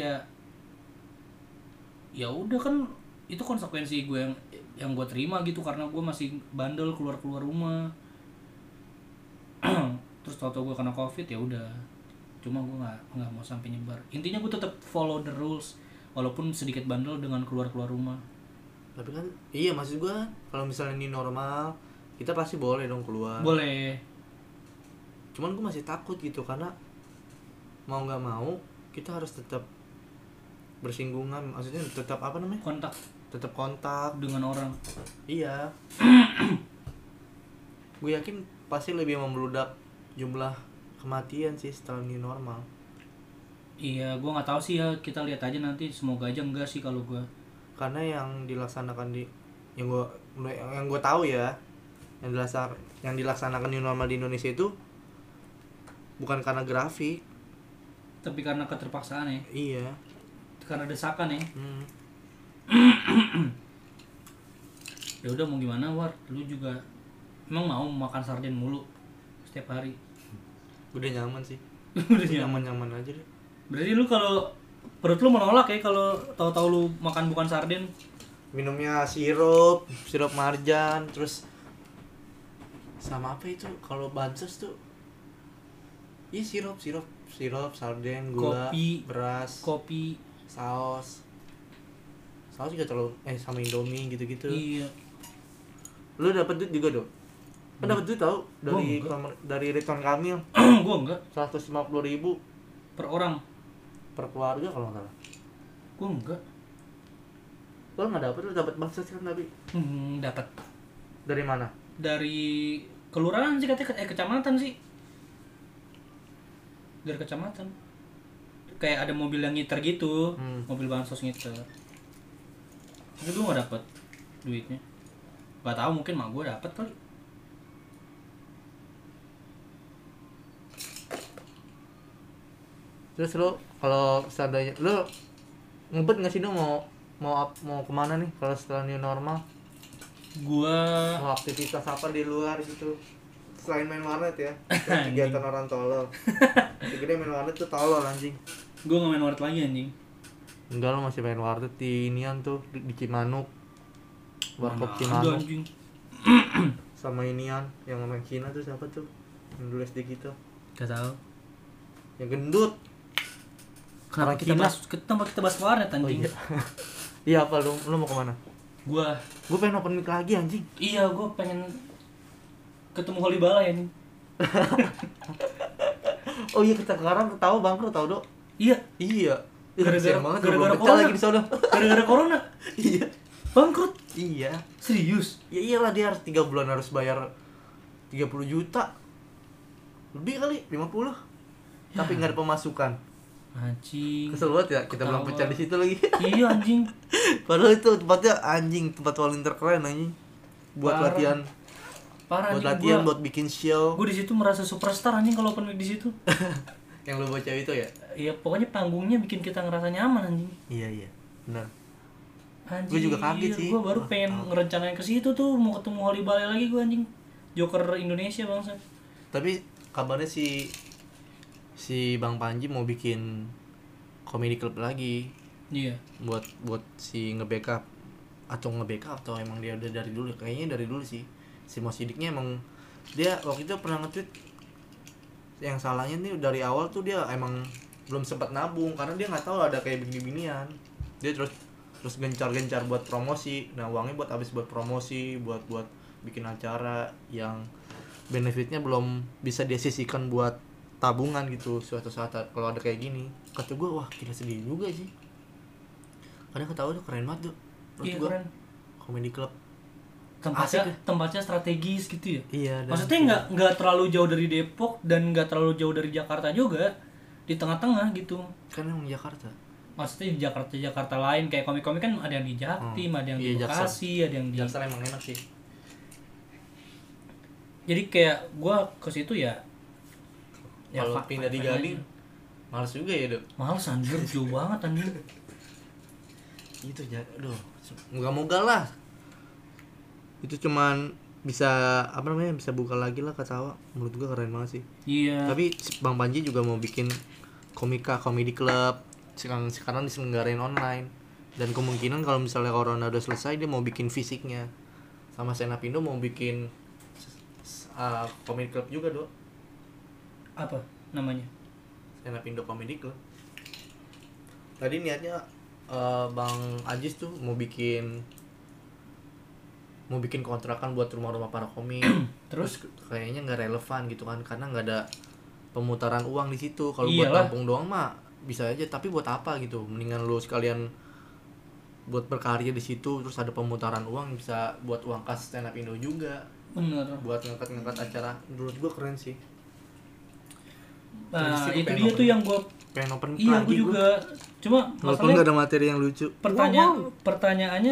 ya udah kan itu konsekuensi gue yang gue terima gitu karena gue masih bandel keluar rumah. Terus tau-tau gue kena COVID ya udah. Cuma gue nggak mau sampai nyebar. Intinya gue tetap follow the rules walaupun sedikit bandel dengan keluar rumah. Tapi kan iya, maksud gua kalau misalnya ini normal, kita pasti boleh dong keluar. Boleh. Cuman gua masih takut gitu karena mau nggak mau kita harus tetap bersinggungan, maksudnya tetap apa namanya, kontak tetap kontak. dengan orang. Iya. Gue yakin pasti lebih membludak jumlah kematian sih setelah new normal. Iya, gue nggak tahu sih ya, kita lihat aja nanti, semoga aja enggak sih kalau gue. Karena yang dilaksanakan di yang gue tahu ya, yang dilaksanakan new normal di Indonesia itu bukan karena grafik. Tapi karena keterpaksaan ya, Iya. karena desakan ya. Ya udah mau gimana, War, lu juga emang mau makan sarden mulu setiap hari? Udah nyaman sih. Udah nyaman. Nyaman aja deh. Berarti lu kalau perut lu menolak ya kalau tahu-tahu lu makan bukan sarden? Minumnya sirup marjan, terus sama apa itu kalau bansos tuh? Iya, sirup, sarden, gula, Kopi. beras, Kopi. saus juga terlalu sama Indomie gitu-gitu. Iya. Lu dapat duit juga, Dok? Kan dapat duit tau dari Gua dari Ridwan Kamil. Gua enggak. 150.000 Per orang. per keluarga kalau nggak salah. Gua enggak. Lu nggak dapat, lu dapat bansos kan tapi Dapat dari mana? dari kelurahan sih katanya, kecamatan sih. Dari kecamatan. Kayak ada mobil yang ngiter gitu, mobil bansos ngiter. Tapi gue gak dapet duitnya. Gak tahu, mungkin mak gue dapet kali. Terus lu kalau seandainya lu ngebet nggak sih, mau kemana nih kalau setelah new normal? Gua Mau aktivitas apa di luar gitu selain main warnet ya? Kan kegiatan orang tolol. Segede main warnet tuh tolol anjing. gak main warnet lagi anjing. Enggak, lo masih main warnet di inian tuh di Cimanuk. Warkop Mana ada, Cimanuk. anjing. Sama inian yang main Cina tuh siapa tuh? Yang dulu SD kita. Gak tahu. Yang gendut. Kenapa Orang kita Cina. bahas warnet anjing? Iya, apa lu mau kemana? Gua Pengen open mic lagi anjing. iya, gua pengen ketemu Holy Bala ya nih. Oh iya, kita sekarang tahu bangkrut tau, Dok. Iya, Iya. gara-gara corona. lagi di sana. Gara-gara corona. Iya. Bangkrut. Iya. Serius? Ya iyalah, dia harus 3 bulan harus bayar 30 juta. Lebih kali, 50. Tapi nggak ada pemasukan. Anjing. Kesel banget ya, kita belum Ketawa. pecah di situ lagi. Iya anjing. Padahal itu tempatnya anjing, tempat paling terkeren anjing. Buat Parah. latihan, Parah buat anjing. latihan, buat bikin show. Gue di situ merasa superstar anjing kalau open mic di situ. Yang lu baca itu ya? Iya, pokoknya panggungnya bikin kita ngerasa nyaman anjing. Iya, benar. Anjing. Gua juga kaget sih. Gue baru pengen ngerencanain ke situ tuh, mau ketemu Holy Bala lagi gue anjing. Joker Indonesia bangsa. Tapi kabarnya si Bang Panji mau bikin comedy club lagi. Iya. Buat si nge-backup atau emang dia udah dari dulu, kayaknya dari dulu sih. Si Mo Sidiknya emang dia waktu itu pernah nge-tweet, yang salahnya nih dari awal tuh dia emang belum sempat nabung karena dia nggak tahu ada kayak begini-beginian. Dia terus gencar-gencar buat promosi. Nah, uangnya buat habis buat promosi, buat bikin acara yang benefitnya belum bisa dia sisihkan buat tabungan gitu suatu saat kalau ada kayak gini. Kata gue, wah gila, sedih juga sih. Kadang ketawa tuh keren banget tuh. Iya, Gua, keren. comedy club. Tempatnya Asik ya? tempatnya strategis gitu ya. Iya. Maksudnya nggak terlalu jauh dari Depok dan nggak terlalu jauh dari Jakarta juga, di tengah-tengah gitu. Kan emang Jakarta. Maksudnya di Jakarta lain kayak komik-komik kan ada yang di Jaktim, ada yang di Iya, Jaksel. Bekasi, ada yang di. Jaksel emang enak sih. Jadi kayak gua ke situ ya. Kalau fa- pindah di fine-fine Gading, aja. males juga ya, Dok. Males anjir, jauh banget anjir. Itu aduh, moga-moga lah. Itu cuman bisa bisa buka lagi lah Katawa. Menurut gua keren banget sih. Iya. Tapi Bang Panji juga mau bikin comedy club. Sekarang diselenggarain online. Dan kemungkinan kalau misalnya corona udah selesai, dia mau bikin fisiknya. Sama Senapindo mau bikin comedy club juga, Dok. Apa namanya? Senapindo Comedy Club. Tadi niatnya Bang Ajis tuh mau bikin kontrakan buat rumah-rumah para komik. Terus kayaknya nggak relevan gitu kan, karena nggak ada pemutaran uang di situ. Kalau buat Iyalah. tampung doang mah bisa aja, tapi buat apa gitu? Mendingan lu sekalian buat berkarya di situ, terus ada pemutaran uang, bisa buat uang kas stand up Indo juga, Bener. buat ngangkat acara. Menurut gua keren sih. Nah, Terus itu pengen dia open- tuh yang gue pengen open mic iya lagi gue gua. juga cuma Walaupun masalahnya nggak ada materi yang lucu. pertanyaannya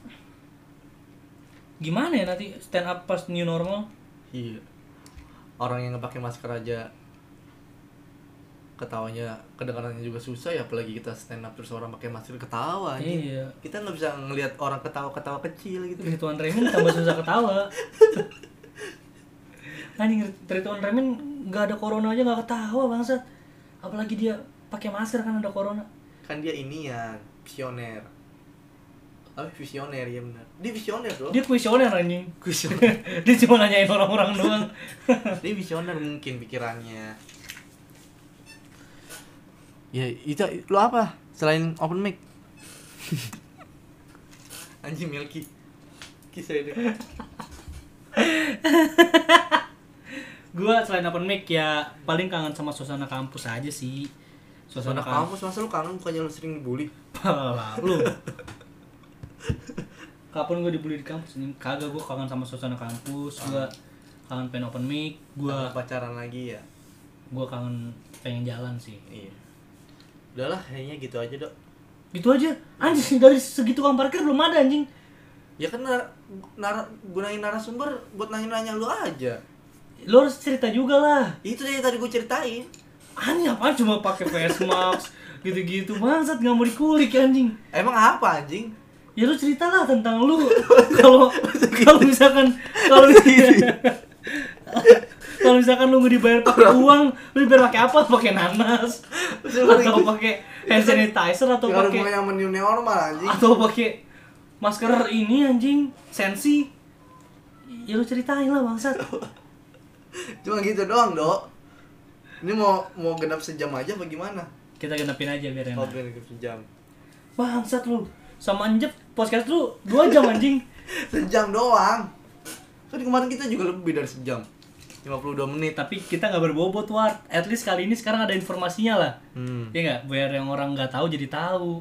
gimana ya nanti stand up pas new normal. Iya. Orang yang nggak pakai masker aja ketawanya kedengarannya juga susah ya, apalagi kita stand up terus orang pakai masker ketawa anjing. Iya. Kita nggak bisa ngelihat orang ketawa kecil gitu. Rituan Remin tambah susah ketawa. Anjing Rituan Remin nggak ada corona aja nggak ketawa bangsat. Apalagi dia pakai masker kan ada corona. Kan dia ini ya visioner. Visioner ya benar. Dia visioner loh. Dia kuesioner anjing. Visioner. Dia cuma nanyain orang-orang doang. Dia visioner mungkin pikirannya. Ya itu lu apa selain open mic? Anjing Melki. Kisah itu. Gua selain open mic ya paling kangen sama suasana kampus aja sih. Suasana kampus, masa lu kangen bukannya lu sering dibully? Lu. Kapan gue dibully di kampus ini? Kagak, gue kangen sama suasana kampus. Gue kangen pengen open mic. Gue pacaran lagi ya. Gue kangen pengen jalan sih. Iya. Udahlah, kayaknya gitu aja, Dok. Gitu aja. Anjing dari segitu uang parkir belum ada anjing. Ya kan gunain narasumber buat nanya-nanya lu aja. Lo harus cerita juga lah. Itu yang tadi gue ceritain. Anjing apaan cuma pakai face mask gitu-gitu. Bangsat enggak mau dikulik anjing. Emang apa anjing? Ya lu ceritalah tentang lu. Kalau misalkan kalau misalkan lu nggak dibayar pakai uang, lu dibayar pakai apa? Pakai nanas atau pakai hand sanitizer atau pakai yang new normal anjing. atau pakai masker ini anjing sensi. Ya lu ceritain lah bangsat. Cuma gitu doang, Dok. Ini mau genap sejam aja apa gimana? Kita genepin aja biar enak. Oh, genap sejam. Bangsat lu. Sama Anjep podcast lu 2 jam anjing. Sejam doang. Kan kemarin kita juga lebih dari sejam. 52 menit. Tapi kita nggak berbobot, Ward. At least kali ini sekarang ada informasinya lah. Iya nggak? Biar yang orang nggak tahu jadi tahu.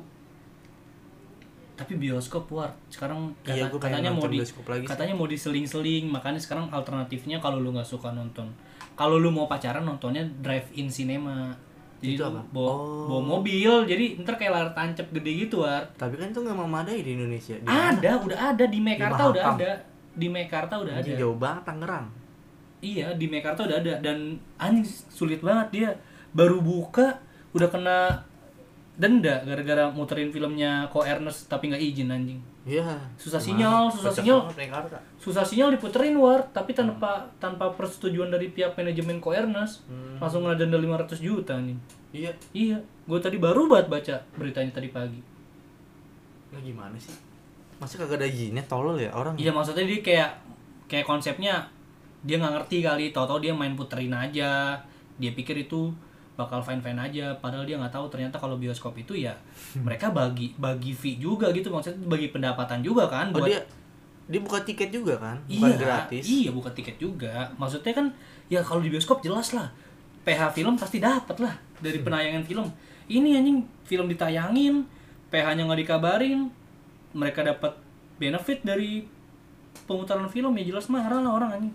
Tapi bioskop, Ward. Sekarang Iya, gua pengen katanya mau nonton bioskop lagi sih. katanya mau diseling-seling. Makanya sekarang alternatifnya kalau lu nggak suka nonton, kalau lu mau pacaran nontonnya drive-in cinema. Jadi Itu lu apa? bawa mobil, jadi ntar kayak layar tancap gede gitu, Ward. Tapi kan itu nggak memadai di Indonesia. Di Udah ada di Mekarta udah Mahakam. ada. Di Mekarta udah Anjing, ada. jauh banget Tangerang. Iya, di Mekarta udah ada dan anjing sulit banget dia. Baru buka udah kena denda gara-gara muterin filmnya Ko Ernest tapi nggak izin anjing. Iya. Susah sinyal. Susah sinyal diputerin War, tapi tanpa persetujuan dari pihak manajemen Ko Ernest. Langsung kena denda 500 juta anjing. Iya. Iya, gue tadi baru banget baca beritanya tadi pagi. Lah gimana sih? Masa kagak ada izinnya, tolol ya orang. Iya, maksudnya dia kayak konsepnya dia nggak ngerti kali, tau-tau dia main puterin aja. Dia pikir itu bakal fine aja, padahal dia nggak tahu ternyata kalau bioskop itu ya mereka bagi fee juga gitu, maksudnya bagi pendapatan juga kan. Oh, buat dia buka tiket juga kan? Bukan gratis. Iya, buka tiket juga. Maksudnya kan ya kalau di bioskop jelas lah PH film pasti dapat lah dari penayangan film. Ini anjing film ditayangin, PH-nya nggak dikabarin, mereka dapat benefit dari pemutaran film, ya jelas marah lah orang anjing.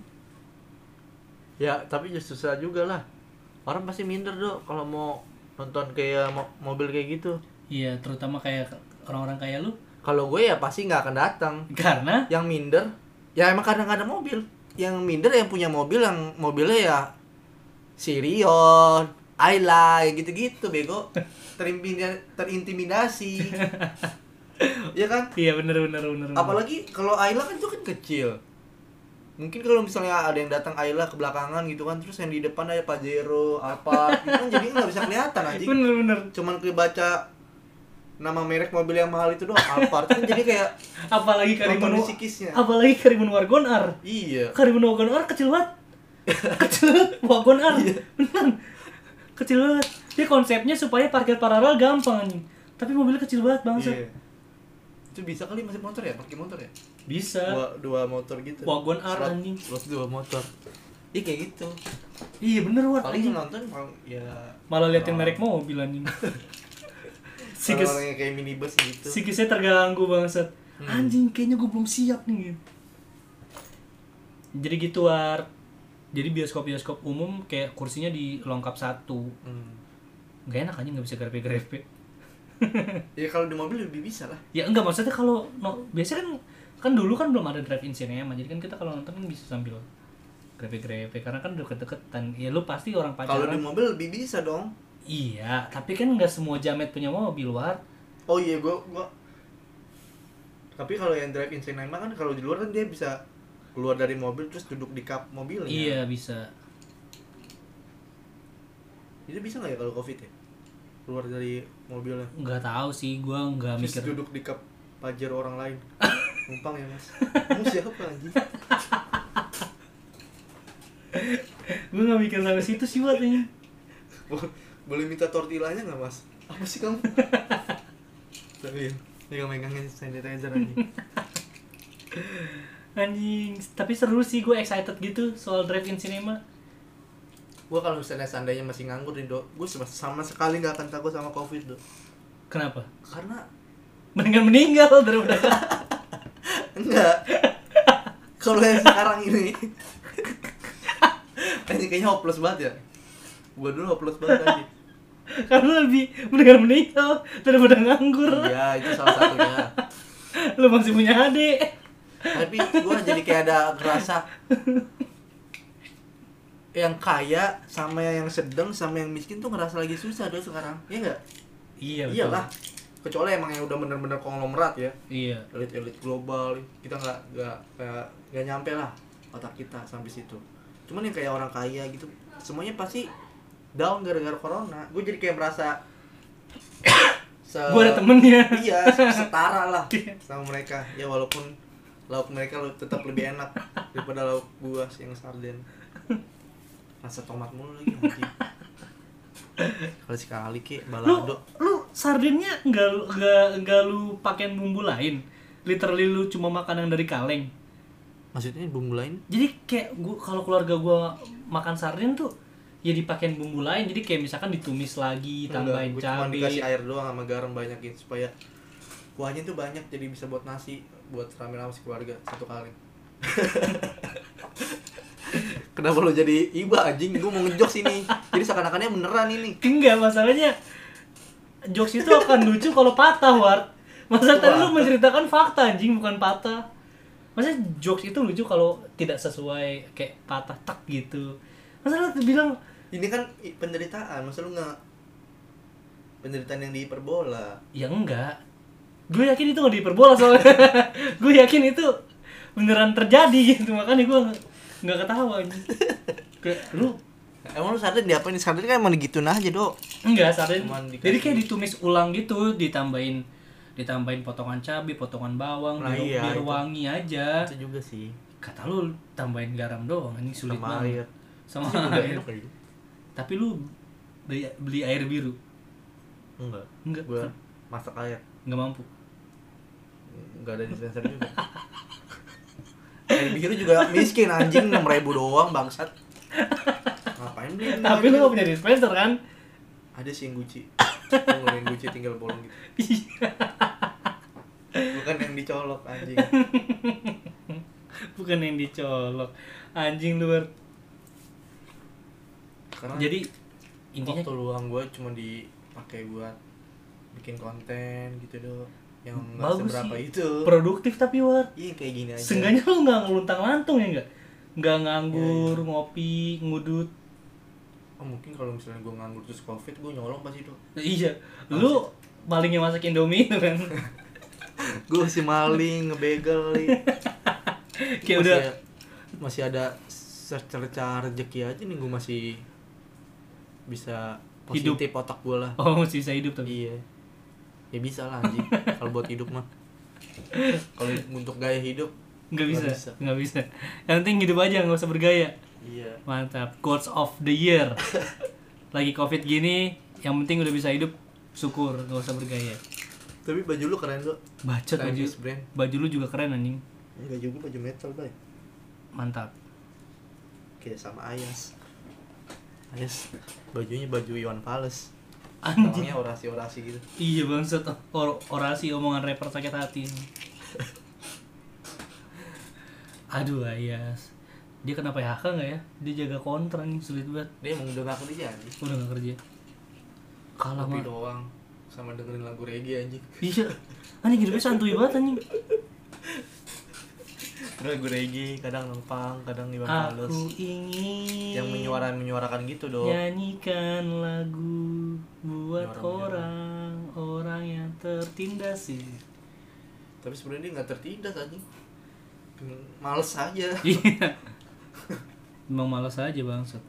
Ya, tapi just susah juga lah. Orang pasti minder, Dok, kalau mau nonton kayak mobil kayak gitu. Iya, terutama kayak orang-orang kayak lu. Kalau gue ya pasti nggak akan datang. Karena Yang minder, ya emang kadang ada mobil. Yang minder yang punya mobil, yang mobilnya ya Sirion, Ayla, ya gitu-gitu, bego. Terintimidasi. Iya kan? iya bener. Apalagi kalau Ayla kan itu kan kecil. Mungkin kalau misalnya ada yang datang Ayla ke belakangan gitu kan, terus yang di depan ada Pajero, Alphard, itu kan jadi nggak bisa kelihatan anjing. Bener. Cuman kebaca nama merek mobil yang mahal itu doang, Alphard, kan jadi kayak Apalagi Karimun nonton psikisnya. Apalagi Karimun Wagon R. Iya. Karimun Wagon R kecil banget. Kecil banget Wagon R. Beneran. Kecil banget. Dia konsepnya supaya parkir paralel gampang anjing. Tapi mobilnya kecil banget bangsa. Iya. Itu bisa kali masih motor ya, parkir motor ya? Bisa. Dua motor gitu. Wagon R Slot- anjing. slot dua motor. Iya kayak gitu. Iya bener War. Paling nonton ya Malah liatin merek mobil anjing. Sikis orang-orang yang kayak minibus gitu. sikisnya terganggu bangsat. Anjing kayaknya gue belum siap nih. Jadi gitu War. Jadi bioskop umum kayak kursinya dilengkap satu. Gak enak anjing, nggak bisa grepe-grepe. Ya kalau di mobil lebih bisa lah. Ya enggak, maksudnya kalau biasanya kan dulu kan belum ada drive-in cinema. Jadi kan kita kalau nonton kan bisa sambil grepe-grepe karena kan deket-deketan. Ya lu pasti orang pacaran. Kalau di mobil lebih bisa dong. Iya, tapi kan nggak semua jamet punya mobil, War. Oh iya, gua tapi kalau yang drive-in cinema kan kalau di luar kan dia bisa keluar dari mobil terus duduk di kap mobilnya. Iya, bisa. Itu bisa nggak ya kalau Covid ya? Keluar dari mobilnya. Nggak tahu sih, gua nggak Terus mikir. duduk di kap pajar orang lain. Numpang ya, Mas. Kamu siapa anjing? Gua nggak mikir sampai situ sih, War. Ini. Boleh minta tortillanya nggak, Mas? Apa sih kamu? Tapi megang-megangnya sanitizer anjing. Anjing, tapi seru sih, gue excited gitu soal drive-in cinema. Gua kalau misalnya seandainya masih nganggur nih, Dok, gue sama sekali nggak akan takut sama Covid, Dok. Kenapa? Karena Mendingan meninggal daripada enggak. Kalau yang sekarang ini kayaknya hopeless banget ya. Gua dulu hopeless banget aja. karena lebih mendingan meninggal daripada nganggur. Iya, itu salah satunya. Lu masih punya adik. Tapi gua jadi kayak ada ngerasa yang kaya sama yang sedang sama yang miskin tuh ngerasa lagi susah dong sekarang. Iya enggak? Iya, betul. Iyalah. Kecuali emang yang udah bener-bener konglomerat ya. Iya. Elit-elit global. Kita nggak nyampe lah otak kita sampai situ. Cuman yang kayak orang kaya gitu, semuanya pasti down gara-gara corona. Gue jadi kayak merasa Gue ada temennya. Iya, setara lah sama mereka. Ya walaupun lauk mereka tetap lebih enak daripada lauk gua yang sarden. Rasa tomat mulu lagi anjing. Kalau sekali ki balado. Lu sardennya enggak lu pakein bumbu lain. Literally lu cuma makan yang dari kaleng. Maksudnya bumbu lain? Jadi kayak gua kalau keluarga gua makan sarden tuh ya dipakein bumbu lain. Jadi kayak misalkan ditumis lagi, tambahin Enggak, cuma dikasih cabai. air doang sama garam banyakin supaya kuahnya tuh banyak jadi bisa buat nasi, buat rame-rame keluarga satu kali. Kenapa lo jadi iba anjing? Gue mau ngejokes ini. Jadi seakan-akannya beneran ini. Enggak, masalahnya jokes itu akan lucu kalau patah, War. Masa tadi lu menceritakan fakta anjing, bukan patah. Masa jokes itu lucu kalau tidak sesuai kayak patah tak gitu. Masa lu bilang Ini kan penderitaan, masa lu nggak penderitaan yang dihiperbola? ya enggak. Gue yakin itu nggak diperbola soalnya. Gue yakin itu beneran terjadi gitu, makanya gue nggak ketawa anjing. Kayak lu Emang lu sarden diapain? Sarden kan emang digituin aja, Dok. enggak sarden. Cuman dikasih- Jadi kayak ditumis ulang gitu, ditambahin potongan cabai, potongan bawang, Nah, iya, biar itu. wangi aja. Itu juga sih. Kata lu tambahin garam doang, ini sulit Sama banget. air. Sama Sih, udah air. enak aja. Tapi lu beli air biru, Enggak. Enggak. Gua masak air. nggak mampu. Enggak ada dispenser juga. Air biru juga miskin anjing, 6.000 doang bangsat. Ngapain beli? Tapi lu nggak punya dispenser kan? Ada sih yang Gucci. Gua ngeliatin Gucci tinggal bolong gitu. Bukan yang dicolok anjing. Bukan yang dicolok. Anjing luar. Karena Jadi intinya waktu luang gue cuma dipakai buat bikin konten gitu doh, yang nggak bagus seberapa sih. itu. Produktif tapi War. Iya kayak gini aja. Seenggaknya lu nggak ngeluntang-lantung ya nggak nganggur, ngopi, ngudut. Oh, mungkin kalau misalnya gue nganggur terus covid gue nyolong pasti tuh. Iya, lu malingnya masak Indomie itu kan. Gue masih maling, ngebegal nih. Kayak udah masih ada secerca rezeki aja nih, gue masih bisa positif otak gue lah. oh masih bisa hidup tapi. Iya. Ya bisa lah anjing. Kalau buat hidup mah. Kalau untuk gaya hidup Nggak Nggak bisa. Nggak bisa. Yang penting hidup aja, nggak usah bergaya. iya. Mantap. Quotes of the year. Lagi covid gini, yang penting udah bisa hidup, syukur, nggak usah bergaya. Tapi baju lu keren tuh. Bacot baju. Chinese brand. Baju lu juga keren anjing. Baju gue baju metal, Bay. Mantap. kayak sama Ayas. Ayas bajunya baju Iwan Fals. Anjing. Orangnya orasi-orasi gitu. Iya bangsat, orasi omongan rapper sakit hati. Aduh Ayas, dia kena PHK nggak ya? Dia jaga kontrak nih, sulit banget. Dia emang udah gak kerja anjing. Udah nggak kerja. Kalah Kopi mah. doang sama dengerin lagu reggae anjing. Iya. Anjing hidupnya santuy banget anjing. Lagu reggae, kadang nongpang, kadang Iwan Aku Fals. ingin Yang menyuarakan gitu dong. nyanyikan lagu buat Menyuara-menyuara. orang yang tertindas sih. Tapi sebenarnya dia nggak tertindas anjing. Males aja. Iya. Emang malas aja bangsat.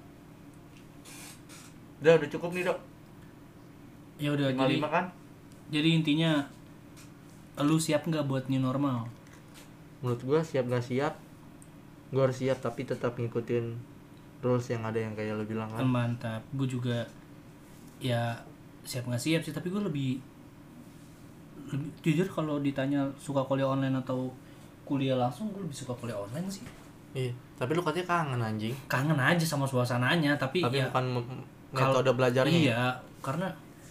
Udah cukup nih, Dok. Ya udah 55 kan? jadi intinya lu siap nggak buat new normal? Menurut gua siap gak siap, gua harus siap tapi tetap ngikutin rules yang ada yang kayak lo bilang kan. Mantap. Gue juga ya siap nggak siap sih, tapi gue lebih jujur kalau ditanya suka kuliah online atau kuliah langsung, gue lebih suka kuliah online sih. Iya, tapi lu katanya kangen anjing. Kangen aja sama suasananya, tapi ya Bukan metode belajarnya. iya, karena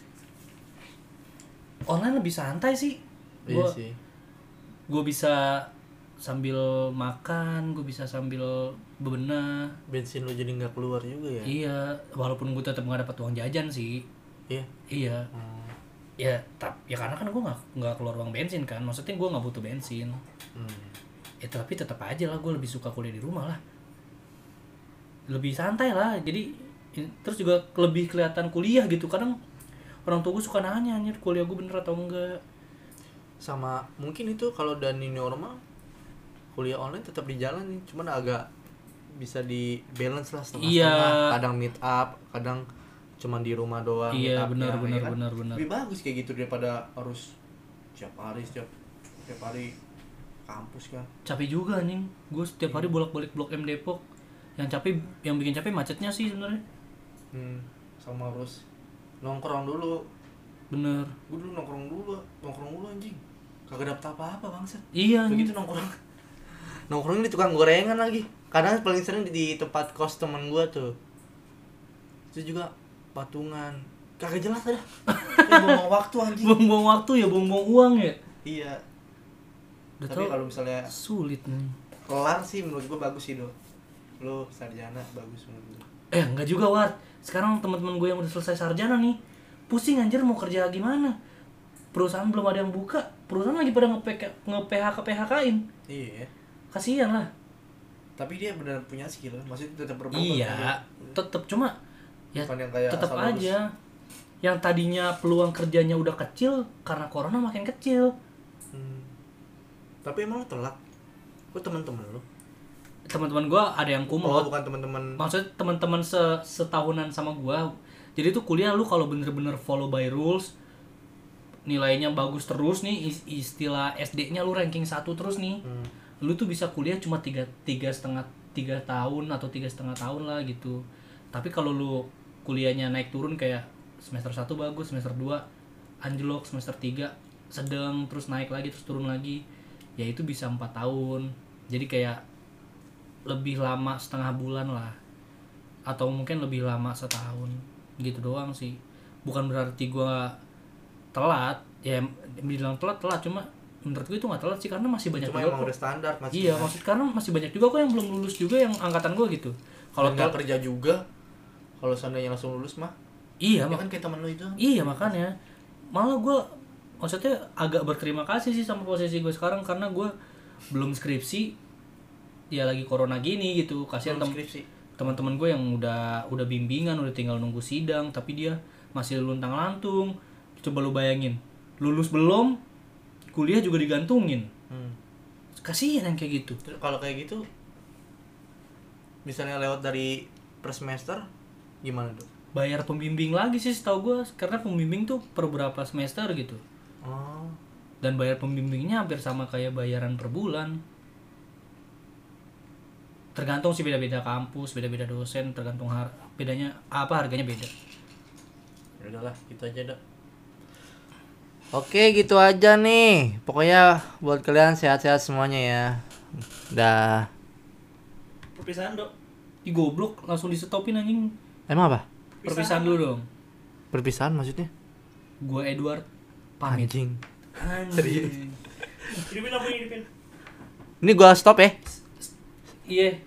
online lebih santai sih. Iya sih. Gue bisa sambil makan, gue bisa sambil bebenah. Bensin lu jadi nggak keluar juga ya? Iya, walaupun gue tetap nggak dapat uang jajan sih. Iya. Iya. Ya, ya karena kan gue nggak keluar uang bensin kan. Maksudnya gue nggak butuh bensin. Ya tapi tetap aja lah, gue lebih suka kuliah di rumah lah. Lebih santai lah. Jadi terus juga lebih kelihatan kuliah gitu. Kadang orang tua gue suka nanya, anjir kuliah gue bener atau enggak. Sama mungkin itu kalau udah new normal, kuliah online tetap di jalan nih, cuman agak bisa di balance lah setengah-setengah. Iya. Kadang meet up, kadang cuman di rumah doang. Iya, meet up-nya, benar. kan? Benar. Lebih bagus kayak gitu daripada harus setiap hari kampus kan. Capek juga anjing. Gue setiap hari bolak-balik Blok M Depok. Yang bikin capek macetnya sih sebenarnya. Sama harus nongkrong dulu. Bener. Gue dulu nongkrong dulu anjing. Kagak dapet apa-apa bangsat. Iya. Begitu nongkrong di tukang gorengan lagi. Kadang paling sering di tempat kos teman gua tuh. Itu juga patungan. Kagak jelas dah. Buang waktu anjing. Buang-buang waktu ya, buang-buang uang ya. Iya. Udah Tapi tau, kalau misalnya sulit nih. kelar sih menurut gua bagus sih, Do. Lo sarjana bagus menurut gua. Enggak juga, Ward. Sekarang teman-teman gue yang udah selesai sarjana nih, pusing anjir mau kerja gimana. Perusahaan belum ada yang buka. Perusahaan lagi pada nge-PHK-PHK-in. Iya. Kasihan lah. Tapi dia benar punya skill, maksudnya tetap berbobot. Iya, tetap cuma ya bukan yang kayak tetap asal aja. Yang tadinya peluang kerjanya udah kecil karena corona makin kecil. Tapi emang lo telat? Kok teman-teman lo? Teman-teman gue ada yang kumlot. Bukan teman-teman. Maksudnya teman-teman setahunan sama gue. Jadi tuh kuliah lu kalau bener-bener follow by rules, nilainya bagus terus nih, istilah SD-nya lu ranking 1 terus nih. Lu tuh bisa kuliah cuma 3 tahun atau 3,5 tahun lah gitu. Tapi kalau lu kuliahnya naik turun kayak semester 1 bagus, semester 2 anjlok, semester 3 sedang, terus naik lagi, terus turun lagi, ya itu bisa 4 tahun. Jadi kayak lebih lama setengah bulan lah, atau mungkin lebih lama setahun gitu doang sih. Bukan berarti gua telat, ya bilang telat, cuma menurut gue itu nggak telat sih, karena masih banyak cuma juga emang kok. udah standar masih. Iya, maksud karena masih banyak juga kok yang belum lulus juga, yang angkatan gue gitu. Kalau Kalau nggak kerja juga, kalau seandainya langsung lulus mah, iya, ya kan kayak temen lu itu. iya makanya malah gue maksudnya agak berterima kasih sih sama posisi gue sekarang, karena gue belum skripsi, ya lagi corona gini gitu. Kasihan teman-teman gue yang udah bimbingan, udah tinggal nunggu sidang, tapi dia masih luntang-lantung. Coba lu bayangin, lulus belum, kuliah juga digantungin. Kasihan yang kayak gitu. Kalau kayak gitu, misalnya lewat dari per semester, gimana tuh? Bayar pembimbing lagi sih setahu gue, karena pembimbing tuh per berapa semester gitu. Dan bayar pembimbingnya hampir sama kayak bayaran per bulan. Tergantung sih, beda-beda kampus, beda-beda dosen, tergantung bedanya apa, harganya beda. Ya udahlah, gitu aja dah. Oke, gitu aja nih. Pokoknya buat kalian sehat-sehat semuanya ya. Dah. Perpisahan, Dok. Ih goblok, langsung di stopin anjing. Emang apa? Perpisahan dulu dong. Perpisahan maksudnya? Gua Edward pamit. Anjing. Anjing. Hidupin lampunya, hidupin. Ini gua stop ya. Iya.